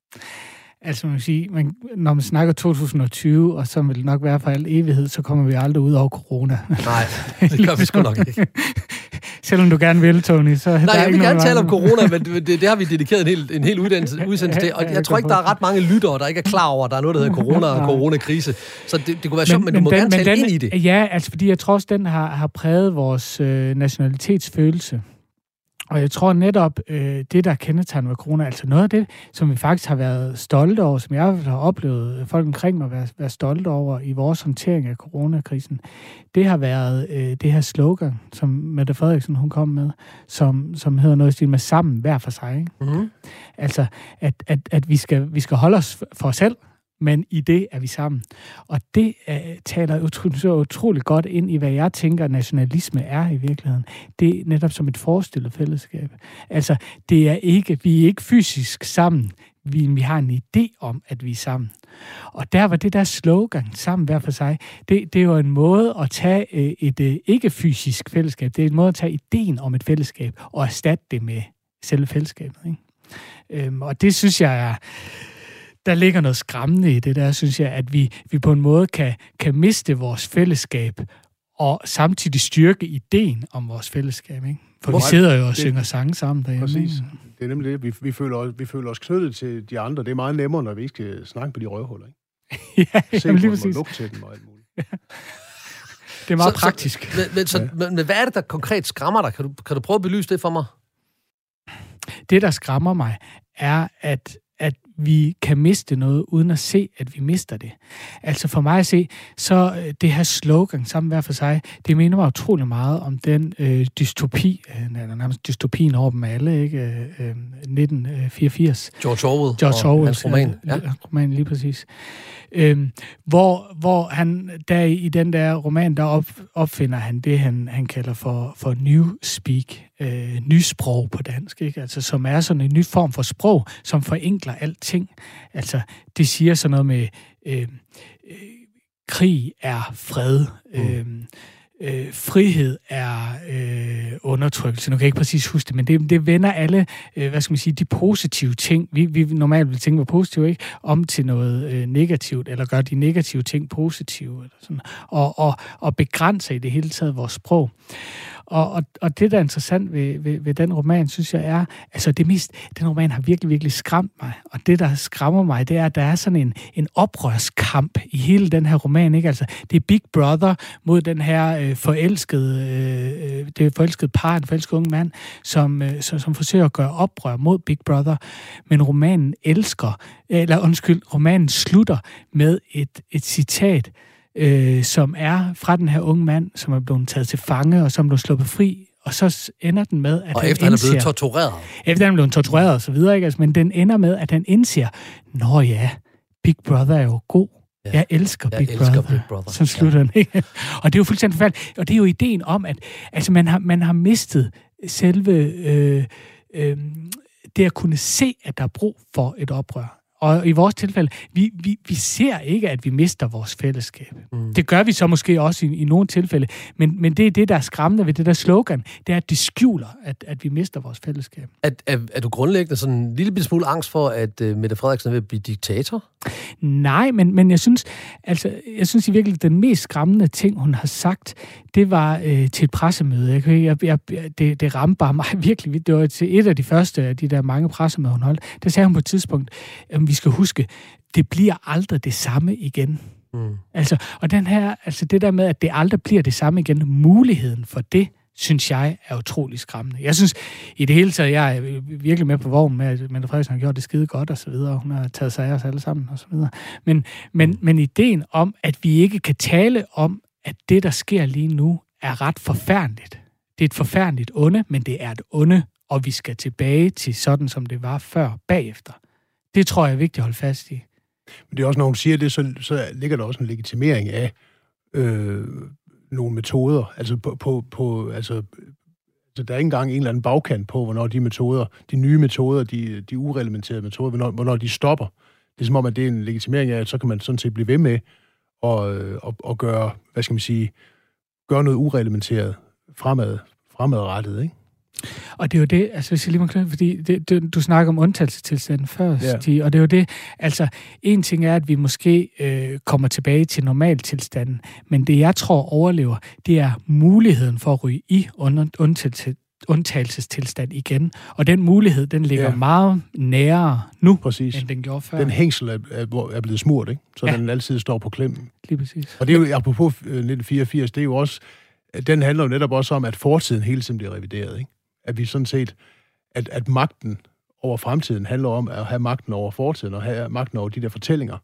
Altså man kan sige, når man snakker 2020, og så vil det nok være for al evighed, så kommer vi aldrig ud over corona. Nej, det gør vi sgu nok ikke. Selvom du gerne vil, Tony, så... Nej, jeg vil gerne tale om corona, men det har vi dedikeret en hel udsendelse til, og jeg tror ikke, der er ret mange lyttere, der ikke er klar over, at der er noget, der hedder corona og coronakrise. Så det kunne være sjovt, men du må gerne tale ind i det. Ja, altså fordi jeg tror også, den har præget vores nationalitetsfølelse. Og jeg tror netop, det der kendetegner med corona, altså noget af det, som vi faktisk har været stolte over, som jeg har oplevet folk omkring mig være stolte over i vores håndtering af coronakrisen, det har været det her slogan, som Mette Frederiksen hun kom med, som hedder noget i stil med sammen hver for sig. Ikke? Mm-hmm. Altså, at vi skal holde os for os selv, men i det er vi sammen. Og det taler utroligt godt ind i, hvad jeg tænker, nationalisme er i virkeligheden. Det er netop som et forestillet fællesskab. Altså, vi er ikke fysisk sammen. Vi har en idé om, at vi er sammen. Og der var det der slogan, sammen hver for sig, det er jo en måde at tage et ikke-fysisk fællesskab. Det er en måde at tage ideen om et fællesskab og erstatte det med selve fællesskabet. Ikke? Og det synes jeg er... Der ligger noget skræmmende i det der, synes jeg, at vi på en måde kan miste vores fællesskab og samtidig styrke ideen om vores fællesskab, ikke? For vi sidder jo og synger sange sammen derhjemme. Præcis. Det er nemlig det. Vi føler os knyttet til de andre. Det er meget nemmere, når vi ikke skal snakke på de røvhuller, ikke? Ja, se, lige præcis. Lugte til dem og alt muligt. Ja. Det er meget praktisk. Men hvad er det, der konkret skræmmer dig? Kan du prøve at belyse det for mig? Det, der skræmmer mig, er, at vi kan miste noget, uden at se, at vi mister det. Altså for mig at se, så det her slogan sammen hver for sig, det minder mig utrolig meget om den dystopi, eller nærmest dystopien over dem alle, ikke? 1984. George Orwell, hans roman. Ja, roman, lige præcis. Hvor han, der i den der roman, der opfinder han det, han kalder for newspeak, nysprog på dansk, ikke? Altså, som er sådan en ny form for sprog, som forenkler alting. Altså, det siger sådan noget med, krig er fred, frihed er undertrykkelse. Nu kan jeg ikke præcis huske det, men det vender alle, de positive ting, vi normalt vil tænke var positive, ikke? Om til noget negativt, eller gør de negative ting positive, eller sådan, og begrænser i det hele taget vores sprog. Og det, der er interessant ved den roman, synes jeg er, altså den roman har virkelig, virkelig skræmt mig. Og det, der skræmmer mig, det er, at der er sådan en oprørskamp i hele den her roman, ikke? Altså, det er Big Brother mod den her forelskede par, en forelsket unge mand, som forsøger at gøre oprør mod Big Brother. Men romanen slutter med et citat, som er fra den her unge mand, som er blevet taget til fange, og som blev sluppet fri, og så ender den med, at og efter han er blevet tortureret. Efter han er blevet tortureret og så videre, ikke? Altså, men den ender med, at han indser, nå ja, Big Brother er jo god. Jeg elsker Big Brother. Sådan slutter den, ikke? Og det er jo fuldstændig forfærdeligt. Og det er jo ideen om, at altså man har mistet selve det at kunne se, at der er brug for et oprør. Og i vores tilfælde, vi ser ikke, at vi mister vores fællesskab. Det gør vi så måske også i nogle tilfælde, men det er det, der er skræmmende ved det der slogan, det er, at det skjuler, at vi mister vores fællesskab. Er du grundlæggende sådan en lille smule angst for, at Mette Frederiksen vil blive diktator? Nej, men jeg synes i virkeligheden, den mest skræmmende ting, hun har sagt, det var til et pressemøde. Det ramte bare mig virkelig. Det var til et af de første af de der mange pressemøder, hun holdt. Der sagde hun på et tidspunkt, vi skal huske, det bliver aldrig det samme igen. Og det der med, at det aldrig bliver det samme igen, muligheden for det, synes jeg er utrolig skræmmende. Jeg synes i det hele taget, jeg er virkelig med på vognen med, at Mette Frederiksen har gjort det skide godt og så videre. Hun har taget sig af os alle sammen og så videre. Men ideen om, at vi ikke kan tale om, at det, der sker lige nu, er ret forfærdeligt. Det er et forfærdeligt onde, men det er et onde, og vi skal tilbage til sådan, som det var før bagefter. Det tror jeg er vigtigt at holde fast i. Men det er også, når hun siger det, så ligger der også en legitimering af nogle metoder. Altså, altså der er ikke engang en eller anden bagkant på, hvornår de metoder, de nye metoder, de ureglementerede metoder, hvornår de stopper. Det er som om, at det er en legitimering af, at så kan man sådan set blive ved med at gøre, hvad skal man sige, gøre noget ureglementeret fremadrettet, ikke? Og det er jo det, altså hvis jeg lige må klare, fordi du snakker om undtagelsestilstanden først, ja. Og det er jo det, altså en ting er, at vi måske kommer tilbage til normaltilstanden, men det jeg tror overlever, det er muligheden for at ryge i undtagelsestilstand igen. Og den mulighed, den ligger meget nærere nu, præcis, end den gjorde før. Den hængsel er blevet smurt, ikke? Så den altid står på klemmen. Lige præcis. Og det er jo, apropos 1984, det er jo også, den handler jo netop også om, at fortiden hele tiden bliver revideret, ikke? At vi sådan set, at magten over fremtiden handler om at have magten over fortiden, og have magten over de der fortællinger.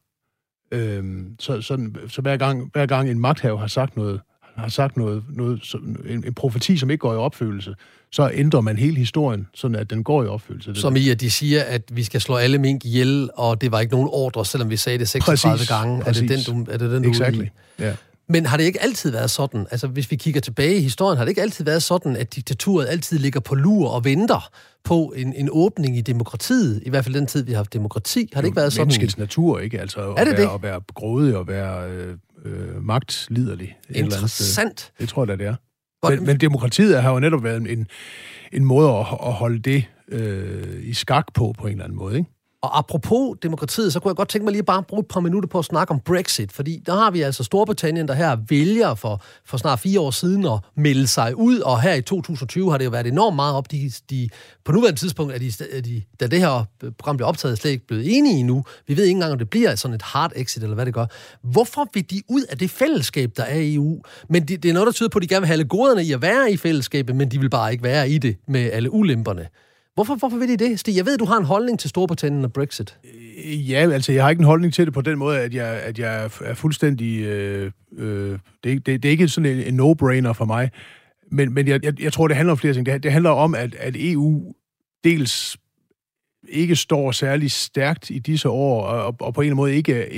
Så hver gang en magthaver har sagt noget en profeti, som ikke går i opfyldelse, så ændrer man hele historien, sådan at den går i opfyldelse. Som i, at de siger, at vi skal slå alle mink ihjel, og det var ikke nogen ordre, selvom vi sagde det 36 gange. Præcis. Er det den, du exactly. Ja. Men har det ikke altid været sådan, altså hvis vi kigger tilbage i historien, har det ikke altid været sådan, at diktaturet altid ligger på lur og venter på en åbning i demokratiet, i hvert fald den tid, vi har haft demokrati? Har det ikke været sådan? Menneskets natur, ikke? Altså at være grådig og være magtliderlig. Interessant. Det tror jeg da, det er. Men demokratiet har jo netop været en måde at holde det i skak på en eller anden måde, ikke? Og apropos demokratiet, så kunne jeg godt tænke mig lige bare bruge et par minutter på at snakke om Brexit, fordi der har vi altså Storbritannien, der her vælger for snart 4 år siden at melde sig ud, og her i 2020 har det jo været enormt meget op. På nuværende tidspunkt da det her program bliver optaget, slet ikke blevet enige endnu. Vi ved ikke engang, om det bliver sådan et hard exit, eller hvad det gør. Hvorfor vil de ud af det fællesskab, der er i EU? Men det er noget, der tyder på, at de gerne vil have alle goderne i at være i fællesskabet, men de vil bare ikke være i det med alle ulemperne. Hvorfor vil de det, Stig? Jeg ved, du har en holdning til Storbritannien og Brexit. Ja, altså jeg har ikke en holdning til det på den måde, at jeg er fuldstændig... Det er ikke sådan en no-brainer for mig, men jeg tror, det handler om flere ting. Det handler om, at EU dels ikke står særlig stærkt i disse år, og på en måde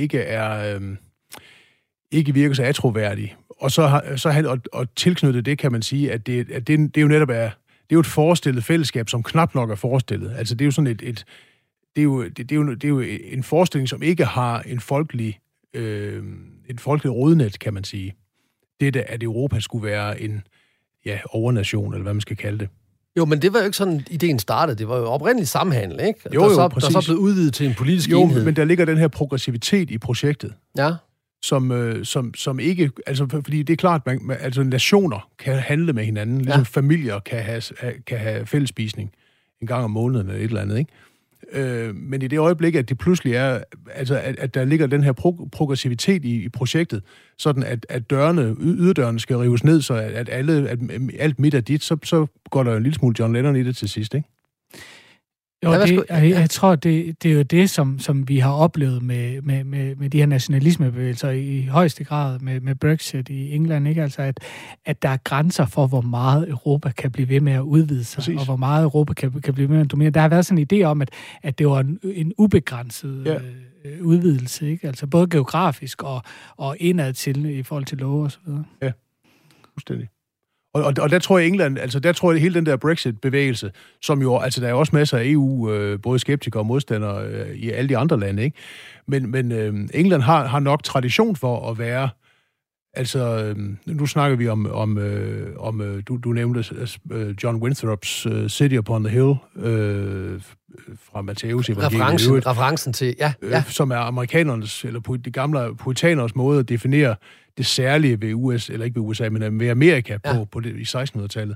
ikke virker så atroværdig. Og tilknyttet det, kan man sige, at det jo netop er... Det er jo et forestillet fællesskab, som knap nok er forestillet. Altså, det er jo sådan det er jo en forestilling, som ikke har en folkelig rodnet, kan man sige. Det at Europa skulle være en overnation, eller hvad man skal kalde det. Jo, men det var jo ikke sådan, ideen startede. Det var jo oprindeligt samhandel, ikke? Jo, der så blev udvidet til en politisk enhed. Men der ligger den her progressivitet i projektet. Ja. Som ikke, altså fordi det er klart, altså nationer kan handle med hinanden, ligesom familier kan have fællesspisning en gang om måneden eller et eller andet, ikke? Men i det øjeblik, at det pludselig er, altså at der ligger den her progressivitet i projektet, sådan at yderdørene skal rives ned, så at alt midt er dit, så går der en lille smule John Lennon i det til sidst, ikke? Jo, jeg tror, det er jo det, som vi har oplevet med de her nationalismebevægelser i højeste grad med Brexit i England, ikke? Altså, at der er grænser for, hvor meget Europa kan blive ved med at udvide sig, og hvor meget Europa kan blive ved med at dominere. Der har været sådan en idé om, at det var en ubegrænset udvidelse, ikke? Altså både geografisk og indad til i forhold til love og så videre. Ja, fuldstændig. Og der tror jeg England, altså der tror jeg hele den der Brexit-bevægelse, som jo, altså der er også masser af EU, både skeptikere og modstandere i alle de andre lande, ikke? Men England har nok tradition for at være, altså nu snakker vi om du nævnte John Winthrops City Upon the Hill fra Matthæus evangeliet. Referencen til, ja. Som er amerikanernes, eller de gamle puritanernes måde at definere det særlige ved USA, eller ikke ved USA, men ved Amerika på det, i 1600-tallet,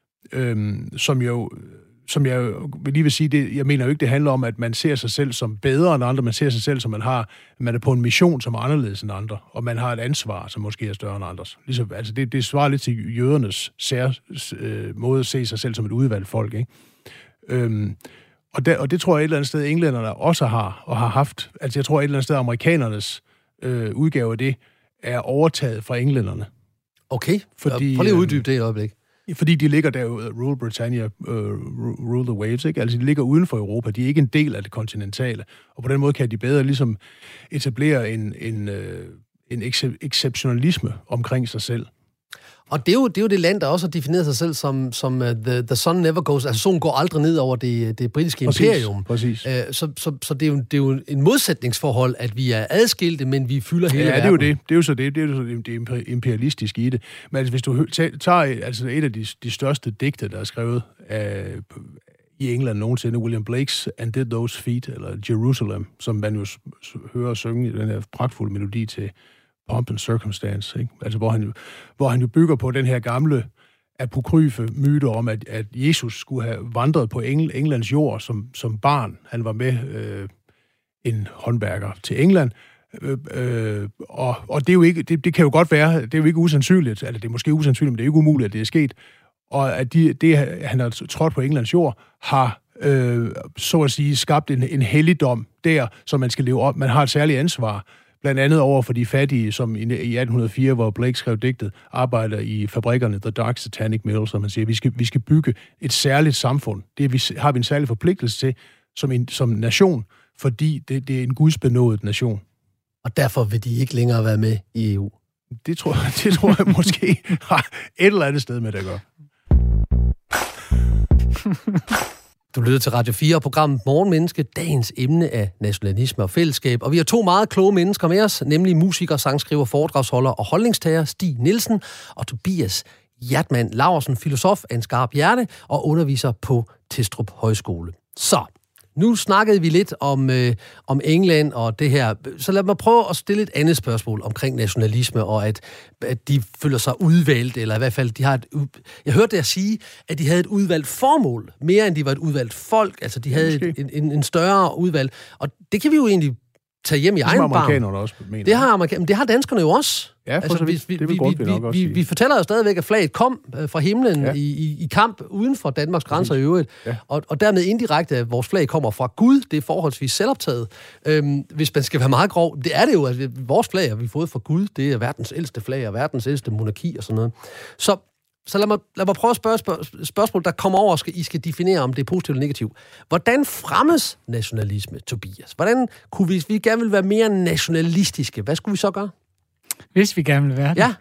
som jeg lige vil sige, det, jeg mener jo ikke, det handler om, at man ser sig selv som bedre end andre, man ser sig selv som, man er på en mission, som er anderledes end andre, og man har et ansvar, som måske er større end andres. Ligesom, altså det svarer lidt til jødernes måde at se sig selv som et udvalgt folk, ikke? Og det tror jeg et eller andet sted, englænderne også har, og har haft. Altså jeg tror et eller andet sted, amerikanernes udgave af det, er overtaget fra englænderne. Okay, prøv lige at uddybe det et øjeblik. Fordi de ligger der, rule Britannia, rule the waves, ikke? Altså de ligger uden for Europa, de er ikke en del af det kontinentale, og på den måde kan de bedre ligesom etablere en exceptionalisme omkring sig selv. Og det er jo det land, der også har defineret sig selv som the sun never goes, altså solen går aldrig ned over det britiske imperium. Præcis. Så det er jo en modsætningsforhold, at vi er adskilte, men vi fylder hele verden. Ja, det er jo det. Det er jo så det imperialistiske i det. Men altså, hvis du tager altså et af de største digte, der er skrevet i England nogensinde, William Blakes And Did Those Feet, eller Jerusalem, som man jo hører synge i den her pragtfulde melodi til Pomp and Circumstance, ikke? Altså, hvor han jo bygger på den her gamle apokryfe myte om, at Jesus skulle have vandret på Englands jord som barn. Han var med en håndværker til England, og det er jo ikke, det kan jo godt være, det er jo ikke usandsynligt, eller det er måske usandsynligt, men det er ikke umuligt, at det er sket, og at han har trådt på Englands jord, har så at sige skabt en helligdom der, som man skal leve op. Man har et særligt ansvar, blandt andet over for de fattige, som i 1804, hvor Blake skrev digtet, arbejder i fabrikkerne, The Dark Satanic Mill, som man siger. Vi skal bygge et særligt samfund. Det har vi en særlig forpligtelse til som nation, fordi det er en gudsbenådet nation. Og derfor vil de ikke længere være med i EU? Det tror jeg måske har et eller andet sted med det at gøre. Du lytter til Radio 4 og programmet Morgenmenneske. Dagens emne er nationalisme og fællesskab. Og vi har to meget kloge mennesker med os, nemlig musiker, sangskriver, foredragsholder og holdningstager Stig Nielsen og Tobias Hjertmann Laursen, filosof af en skarp hjerte og underviser på Testrup Højskole. Så, nu snakkede vi lidt om England og det her. Så lad mig prøve at stille et andet spørgsmål omkring nationalisme, og at de føler sig udvalgt, eller i hvert fald, de har jeg hørte jer sige, at de havde et udvalgt formål, mere end de var et udvalgt folk. Altså, de havde en større udvalg. Og det kan vi jo egentlig tage hjem i egen barm. Amerikanerne også mener. Det har danskerne jo også. Ja, altså, vi fortæller jo stadigvæk, at flaget kom fra himlen i kamp uden for Danmarks grænser i øvrigt. Ja. Og dermed indirekte, at vores flag kommer fra Gud. Det er forholdsvis selvoptaget. Hvis man skal være meget grov. Det er det jo, at vores flag har vi fået fra Gud. Det er verdens ældste flag og verdens ældste monarki og sådan noget. Så lad mig prøve at spørge spørgsmål, der kommer over, I skal definere, om det er positivt eller negativt. Hvordan fremmes nationalisme, Tobias? Hvordan kunne hvis vi gerne vil være mere nationalistiske, hvad skulle vi så gøre? Hvis vi gerne vil være det? Ja.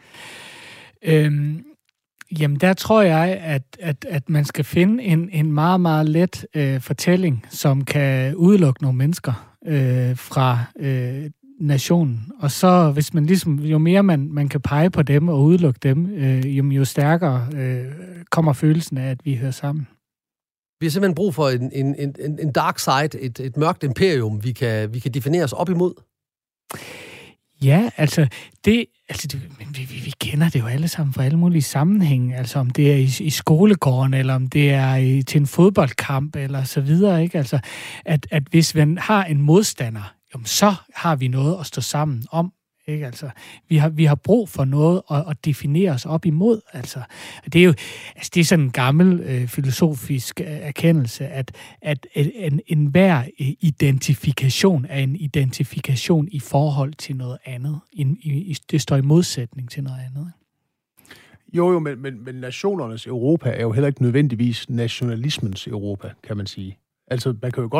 Jamen, der tror jeg, at man skal finde en meget, meget let fortælling, som kan udelukke nogle mennesker fra nationen. Og så, hvis man ligesom, jo mere man kan pege på dem og udelukke dem, jo stærkere kommer følelsen af, at vi hører sammen. Vi har simpelthen brug for en dark side, et mørkt imperium, vi kan definere os op imod. Ja, altså, vi kender det jo alle sammen fra alle mulige sammenhænge. Altså, om det er i skolegården, eller om det er til en fodboldkamp, eller så videre, ikke? Altså, at hvis man har en modstander, så har vi noget at stå sammen om. ikke? Altså, vi har brug for noget at definere os op imod. Altså, det er jo det er sådan en gammel filosofisk erkendelse, at enhver identifikation er en identifikation i forhold til noget andet. Det står i modsætning til noget andet. Jo, men nationernes Europa er jo heller ikke nødvendigvis nationalismens Europa, kan man sige. Altså, man kan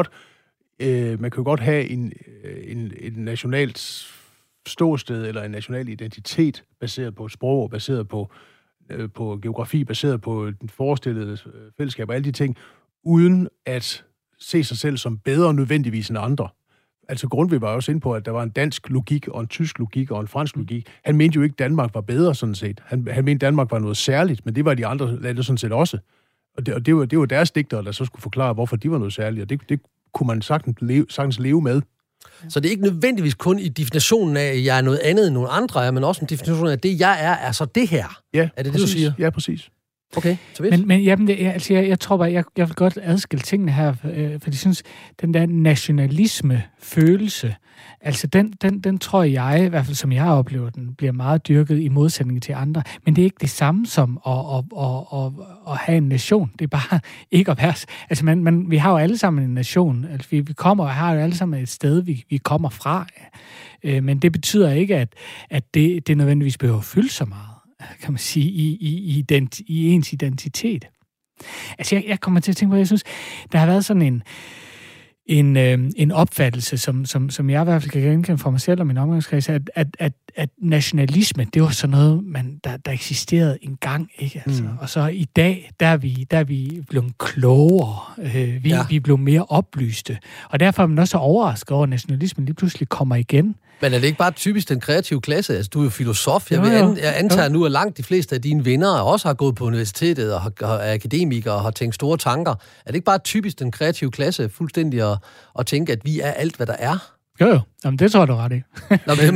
jo godt have en nationalt ståsted eller en national identitet baseret på sprog, baseret på geografi, baseret på den forestillede fællesskab og alle de ting, uden at se sig selv som bedre nødvendigvis end andre. Altså Grundtvig var også inde på, at der var en dansk logik og en tysk logik og en fransk logik. Han mente jo ikke, at Danmark var bedre sådan set. Han mente, at Danmark var noget særligt, men det var de andre lande sådan set også. Og det var deres digtere, der så skulle forklare, hvorfor de var noget særligt, og det kunne man sagtens leve med. Så det er ikke nødvendigvis kun i definitionen af, at jeg er noget andet end nogle andre, men også en definition af, at det, jeg er så det her. Ja, er det præcis. det, du siger? Ja, præcis. Okay, så vist. Men jamen, jeg tror bare, jeg vil godt adskille tingene her, for jeg synes, den der nationalisme-følelse, altså den tror jeg, i hvert fald som jeg oplever den, bliver meget dyrket i modsætning til andre. Men det er ikke det samme som at have en nation. Det er bare ikke at være... Altså, vi har jo alle sammen en nation. Altså, vi kommer og har jo alle sammen et sted, vi kommer fra. Men det betyder ikke, at det nødvendigvis behøver at fylde så meget, kan man sige, i ens identitet. Altså, jeg kommer til at tænke på, jeg synes, der har været sådan en opfattelse, som jeg i hvert fald kan genkende fra mig selv og min omgangskreds, at nationalisme, det var sådan noget, der eksisterede engang, ikke? Altså, og så i dag, der er vi blevet klogere. Vi er blevet mere oplyste. Og derfor er man også overrasket over, at nationalismen lige pludselig kommer igen. Men er det ikke bare typisk den kreative klasse? Altså, du er jo filosof. Jeg antager nu, at langt de fleste af dine venner også har gået på universitetet og er akademikere og har tænkt store tanker. Er det ikke bare typisk den kreative klasse fuldstændig at tænke, at vi er alt, hvad der er? Jo. Jamen, det tror jeg, du ret i. Nå, men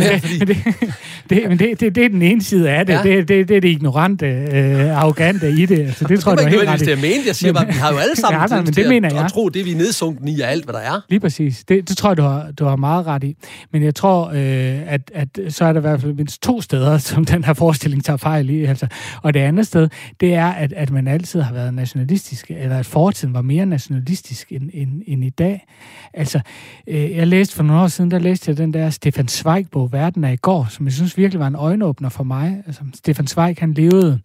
det er den ene side af det. Ja. Det er det ignorante, arrogante i det. Altså, det tror jeg, du er helt ret i. Det er ment. Jeg siger bare, vi har jo alle sammen til at tro, det vi er nedsunken i er alt, hvad der er. Lige præcis. Det tror jeg, du har meget ret i. Men jeg tror, at så er der i hvert fald mindst 2 steder, som den her forestilling tager fejl i. Altså. Og det andet sted, det er, at man altid har været nationalistisk, eller at fortiden var mere nationalistisk end i dag. Altså, jeg læste for nogle år siden, til den der Stefan Zweig-bog, Verden af i går, som jeg synes virkelig var en øjenåbner for mig. Altså, Stefan Zweig, han levede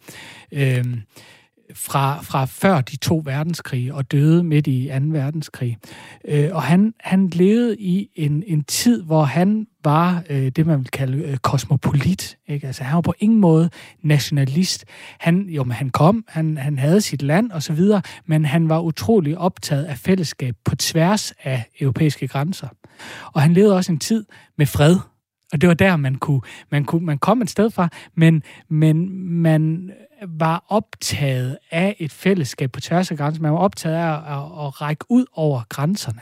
fra før de 2 verdenskrige og døde midt i 2. verdenskrig. Og han levede i en tid, hvor han var det, man vil kalde kosmopolit. Ikke? Altså, han var på ingen måde nationalist. Han kom, han havde sit land og så videre, men han var utrolig optaget af fællesskab på tværs af europæiske grænser. Og han levede også en tid med fred. Og det var der, man kom et sted fra, men man var optaget af et fællesskab på tværs af grænser. Man var optaget af at række ud over grænserne.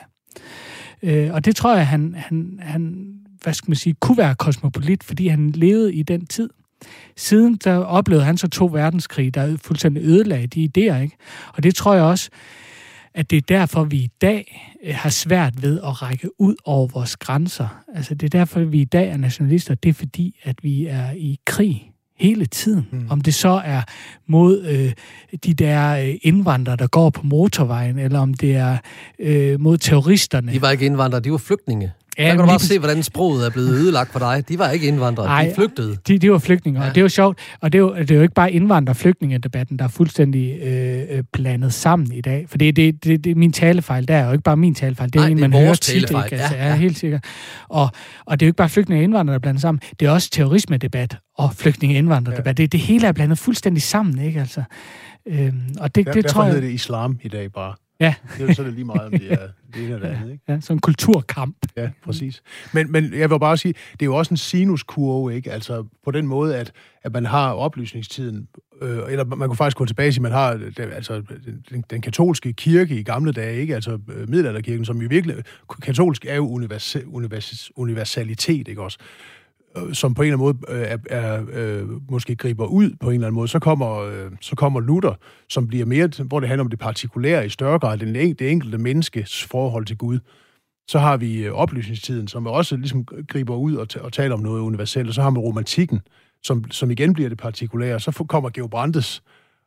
Og det tror jeg, han hvad skal man sige, kunne være kosmopolit, fordi han levede i den tid. Siden der oplevede han så 2 verdenskrige, der fuldstændig ødelagde de idéer, ikke? Og det tror jeg også, at det er derfor, vi i dag har svært ved at række ud over vores grænser. Altså, det er derfor, vi i dag er nationalister. Det er fordi, at vi er i krig hele tiden. Om det så er mod de der indvandrere, der går på motorvejen, eller om det er mod terroristerne. De var ikke indvandrere, de var flygtninge. Ja, der kan du bare se, hvordan sproget er blevet ødelagt for dig. De var ikke indvandrere, de flygtede. De var flygtninge, ja. Og det er jo sjovt. Og det er jo ikke bare indvandrer-flygtningedebatten, der er fuldstændig blandet sammen i dag. For det er min talefejl, der er jo ikke bare min talefejl. Det er en, man hører tit, ikke? Altså, ja. Helt sikkert. Og det er jo ikke bare flygtninge og indvandrere, der er blandet sammen. Det er også terrorisme-debat og flygtninge- og indvandrer-debat. Ja. Det hele er blandet fuldstændig sammen, ikke? Altså, og det tror jeg... Derfor hedder det islam i dag bare. Ja. Det er jo så det lige meget, om det er det ene eller det andet, ikke? Ja, sådan en kulturkamp. Ja, præcis. Men jeg vil bare sige, det er jo også en sinuskurve, ikke? Altså på den måde, at man har oplysningstiden, eller man kunne faktisk gå tilbage til, man har altså den katolske kirke i gamle dage, ikke? Altså middelalderkirken, som jo virkelig, katolsk er jo universalitet, ikke også? Som på en eller anden måde måske griber ud på en eller anden måde, så kommer Luther, som bliver mere, hvor det handler om det partikulære i større grad, det enkelte menneskes forhold til Gud. Så har vi oplysningstiden, som også ligesom griber ud og taler om noget universelt, og så har vi romantikken, som igen bliver det partikulære. Så kommer Georg Brandes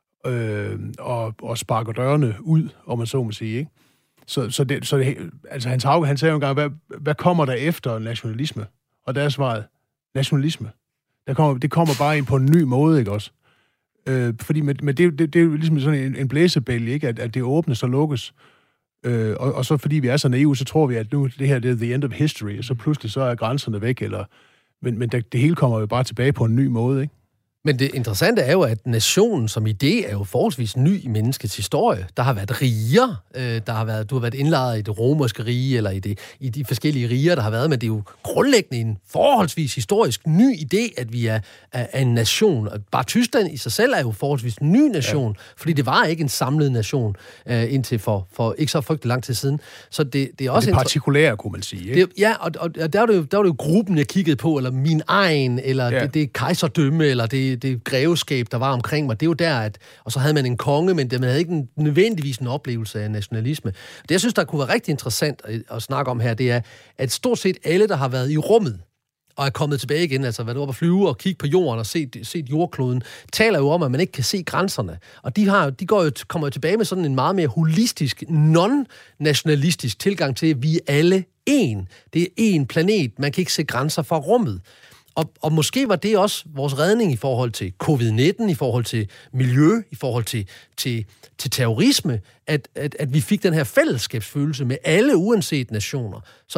og sparker dørene ud, om man så må sige, ikke? Altså Hans Hauge, han sagde jo engang, hvad kommer der efter nationalisme? Og der er svaret, nationalisme. Det kommer bare ind på en ny måde, ikke også? Fordi men det er jo ligesom sådan en blæsebælge, ikke? At det åbnes og lukkes. Og så fordi vi er så naive, så tror vi, at nu det her det er the end of history, og så pludselig så er grænserne væk, men det hele kommer jo bare tilbage på en ny måde, ikke? Men det interessante er jo, at nationen som idé er jo forholdsvis ny i menneskets historie. Der har været riger, du har været indlejret i det romerske rige, eller i de forskellige riger, der har været, men det er jo grundlæggende en forholdsvis historisk ny idé, at vi er en nation. Bare Tyskland i sig selv er jo forholdsvis en ny nation, fordi det var ikke en samlet nation indtil for ikke så frygtelig lang tid siden. Så det er også det partikulære, kunne man sige, ikke? Og der var det jo gruppen, jeg kiggede på, eller min egen, eller det kejserdømme, eller det greveskab, der var omkring mig, det er jo der, og så havde man en konge, men man havde ikke nødvendigvis en oplevelse af nationalisme. Det, jeg synes, der kunne være rigtig interessant at snakke om her, det er, at stort set alle, der har været i rummet, og er kommet tilbage igen, altså været oppe at flyve og kigge på jorden og set jordkloden, taler jo om, at man ikke kan se grænserne. Og kommer jo tilbage med sådan en meget mere holistisk, non-nationalistisk tilgang til, at vi er alle én. Det er én planet. Man kan ikke se grænser fra rummet. Og måske var det også vores redning i forhold til covid-19, i forhold til miljø, i forhold til terrorisme, at vi fik den her fællesskabsfølelse med alle uanset nationer. Så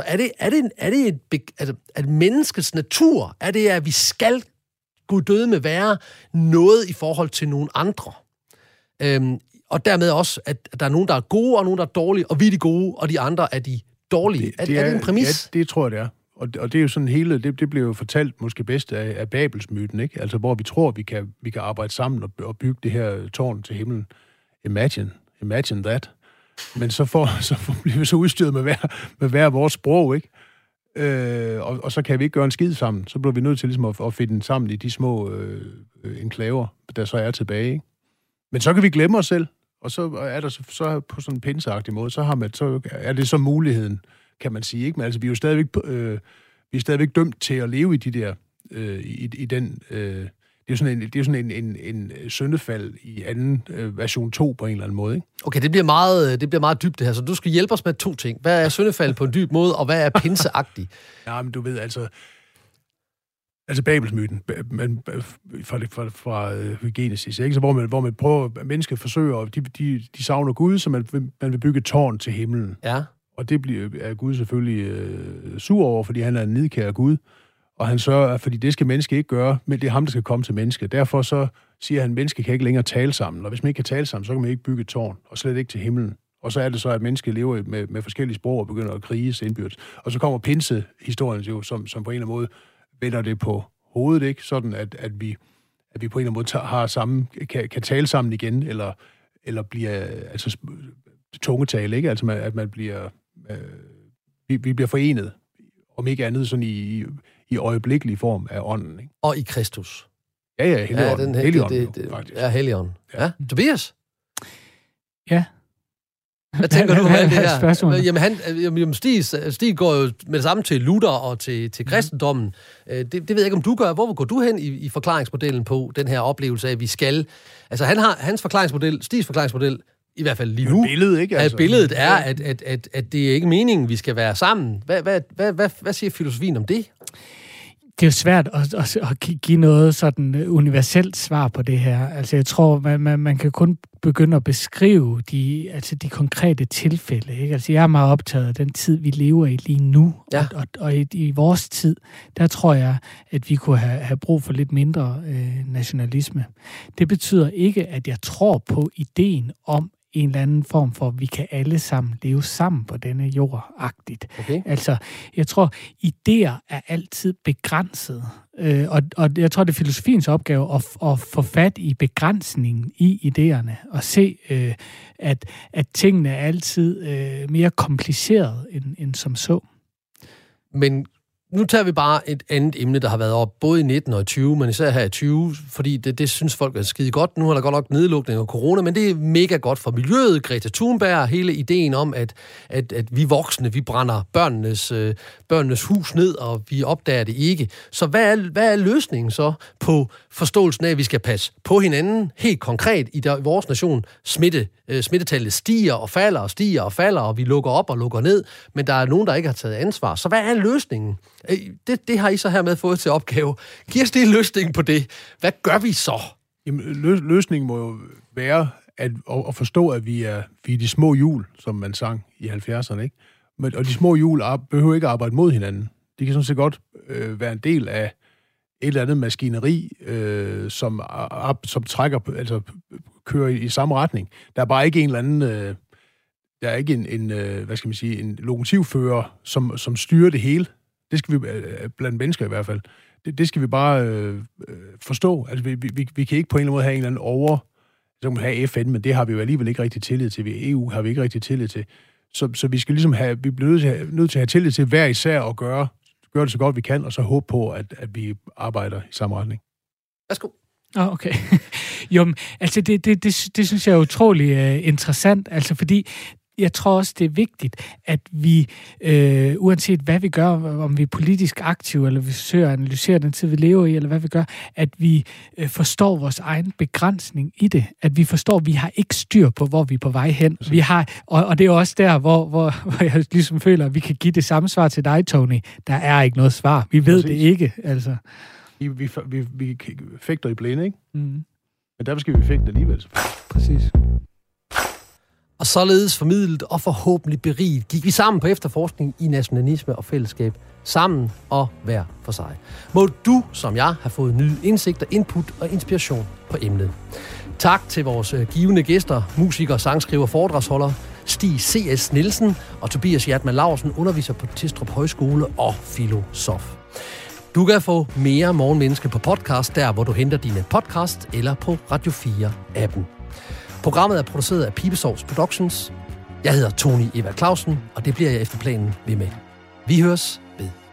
at menneskets natur, er det, at vi skal guddøde med være noget i forhold til nogle andre. Og dermed også, at der er nogen, der er gode, og nogen, der er dårlige, og vi er de gode, og de andre er de dårlige. Er det en præmis? Ja, det tror jeg, det er. Og det er jo sådan hele, det bliver jo fortalt måske bedst af Babelsmyten, ikke? Altså, hvor vi tror, vi kan arbejde sammen og bygge det her tårn til himlen. Imagine that. Men så bliver vi så udstyret med hver vores sprog, ikke? Og så kan vi ikke gøre en skid sammen. Så bliver vi nødt til ligesom at finde sammen i de små enklaver, der så er tilbage, ikke? Men så kan vi glemme os selv, og så er der så på sådan en pinseagtig måde, så er det så muligheden, kan man sige, ikke? Men altså, vi er jo stadigvæk dømt til at leve i de der, i den, det er jo sådan en syndefald i anden version 2 på en eller anden måde, ikke? Okay, det bliver meget dybt det her, så du skal hjælpe os med 2 ting. Hvad er syndefald på en dyb måde, og hvad er pinseagtig? Ja, men du ved, altså Babelsmyten, fra Genesis, ikke? Så hvor man prøver, mennesker forsøger, og de savner Gud, så man vil bygge et tårn til himlen. Ja. Og det er Gud selvfølgelig sur over, fordi han er en nidkær Gud. Og han sørger, fordi det skal menneske ikke gøre, men det er ham, der skal komme til menneske. Derfor så siger han, at mennesker kan ikke længere tale sammen. Og hvis man ikke kan tale sammen, så kan man ikke bygge et tårn, og slet ikke til himlen. Og så er det så, at mennesker lever med forskellige sprog og begynder at krige indbyrdes. Og så kommer pinsehistorien jo, som på en eller anden måde vender det på hovedet, ikke? Sådan at vi på en eller anden måde har samme, kan tale sammen igen, eller bliver altså tungetale, ikke? Altså at man bliver vi bliver forenet, om ikke andet sådan i øjeblikkelig form af ånden, ikke? Og i Kristus. Ja, Helligånden, faktisk. Ja, Helligånden. Ja. Tobias? Ja. Hvad tænker du om det her? Jamen, Stig går jo med det samme til Luther og til kristendommen. Det ved jeg ikke, om du gør. Hvor går du hen i forklaringsmodellen på den her oplevelse af, at vi skal... Altså, hans forklaringsmodel, Stigs forklaringsmodel, i hvert fald lige nu, billedet, ikke? Altså, at billedet er, at det er ikke meningen, vi skal være sammen. Hvad siger filosofien om det? Det er jo svært at give noget sådan universelt svar på det her. Altså, jeg tror, man kan kun begynde at beskrive de konkrete tilfælde, ikke? Altså, jeg er meget optaget af den tid, vi lever i lige nu. Ja. Og i vores tid, der tror jeg, at vi kunne have brug for lidt mindre nationalisme. Det betyder ikke, at jeg tror på ideen om en eller anden form for, at vi kan alle sammen leve sammen på denne jord-agtigt. Okay. Altså, jeg tror, idéer er altid begrænsede. Og jeg tror, det er filosofiens opgave at få fat i begrænsningen i idéerne, og se, at tingene er altid mere komplicerede end som så. Men Nu tager vi bare et andet emne, der har været op både i 19 og i 20, men især her i 20, fordi det synes folk er skide godt. Nu er der godt nok nedlukning af corona, men det er mega godt for miljøet. Greta Thunberg, hele ideen om, at vi voksne, vi brænder børnenes hus ned, og vi opdager det ikke. Så hvad er løsningen så på forståelsen af, at vi skal passe på hinanden helt konkret i vores nation? Smittetallet stiger og falder og stiger og falder, og vi lukker op og lukker ned, men der er nogen, der ikke har taget ansvar. Så hvad er løsningen? Det har I så hermed fået til opgave. Giv os det løsning på det. Hvad gør vi så? Jamen, løsningen må jo være at forstå, at vi er de små hjul, som man sang i 70'erne, ikke? Og de små hjul behøver ikke at arbejde mod hinanden. De kan sådan set godt være en del af et eller andet maskineri, som trækker, altså kører i samme retning. Der er bare ikke en eller anden... Der er ikke en lokomotivfører, som styrer det hele. Det skal vi, blandt mennesker i hvert fald, det skal vi bare forstå. Altså, vi kan ikke på en eller anden måde have en eller anden så kan man have FN, men det har vi jo alligevel ikke rigtig tillid til. Ved EU har vi ikke rigtig tillid til. Så vi skal ligesom vi bliver nødt til at have tillid til hver især og gøre det så godt vi kan, og så håbe på, at vi arbejder i samme retning. Værsgo. Okay. Jo, altså det synes jeg er utrolig interessant, altså fordi jeg tror også, det er vigtigt, at vi, uanset hvad vi gør, om vi er politisk aktive, eller vi forsøger at analysere den tid, vi lever i, eller hvad vi gør, at vi forstår vores egen begrænsning i det. At vi forstår, at vi har ikke styr på, hvor vi er på vej hen. Vi har, og det er også der, hvor jeg ligesom føler, at vi kan give det samme svar til dig, Tony. Der er ikke noget svar. Vi ved det ikke, altså. Vi fægter i blinde, ikke? Mm. Men derfor skal vi fægte alligevel. Præcis. Og således formidlet og forhåbentlig beriget gik vi sammen på efterforskning i nationalisme og fællesskab. Sammen og hver for sig. Må du, som jeg, have fået nye indsigter, input og inspiration på emnet. Tak til vores givende gæster, musiker, sangskriver, foredragsholder, Stig C.S. Nielsen og Tobias Hjertmann Laursen, underviser på Tistrup Højskole og filosof. Du kan få mere Morgenmenneske på podcast, der hvor du henter dine podcast, eller på Radio 4-appen. Programmet er produceret af Pibesovs Productions. Jeg hedder Tony Evald Clausen, og det bliver jeg efter planen ved med. Vi høres ved.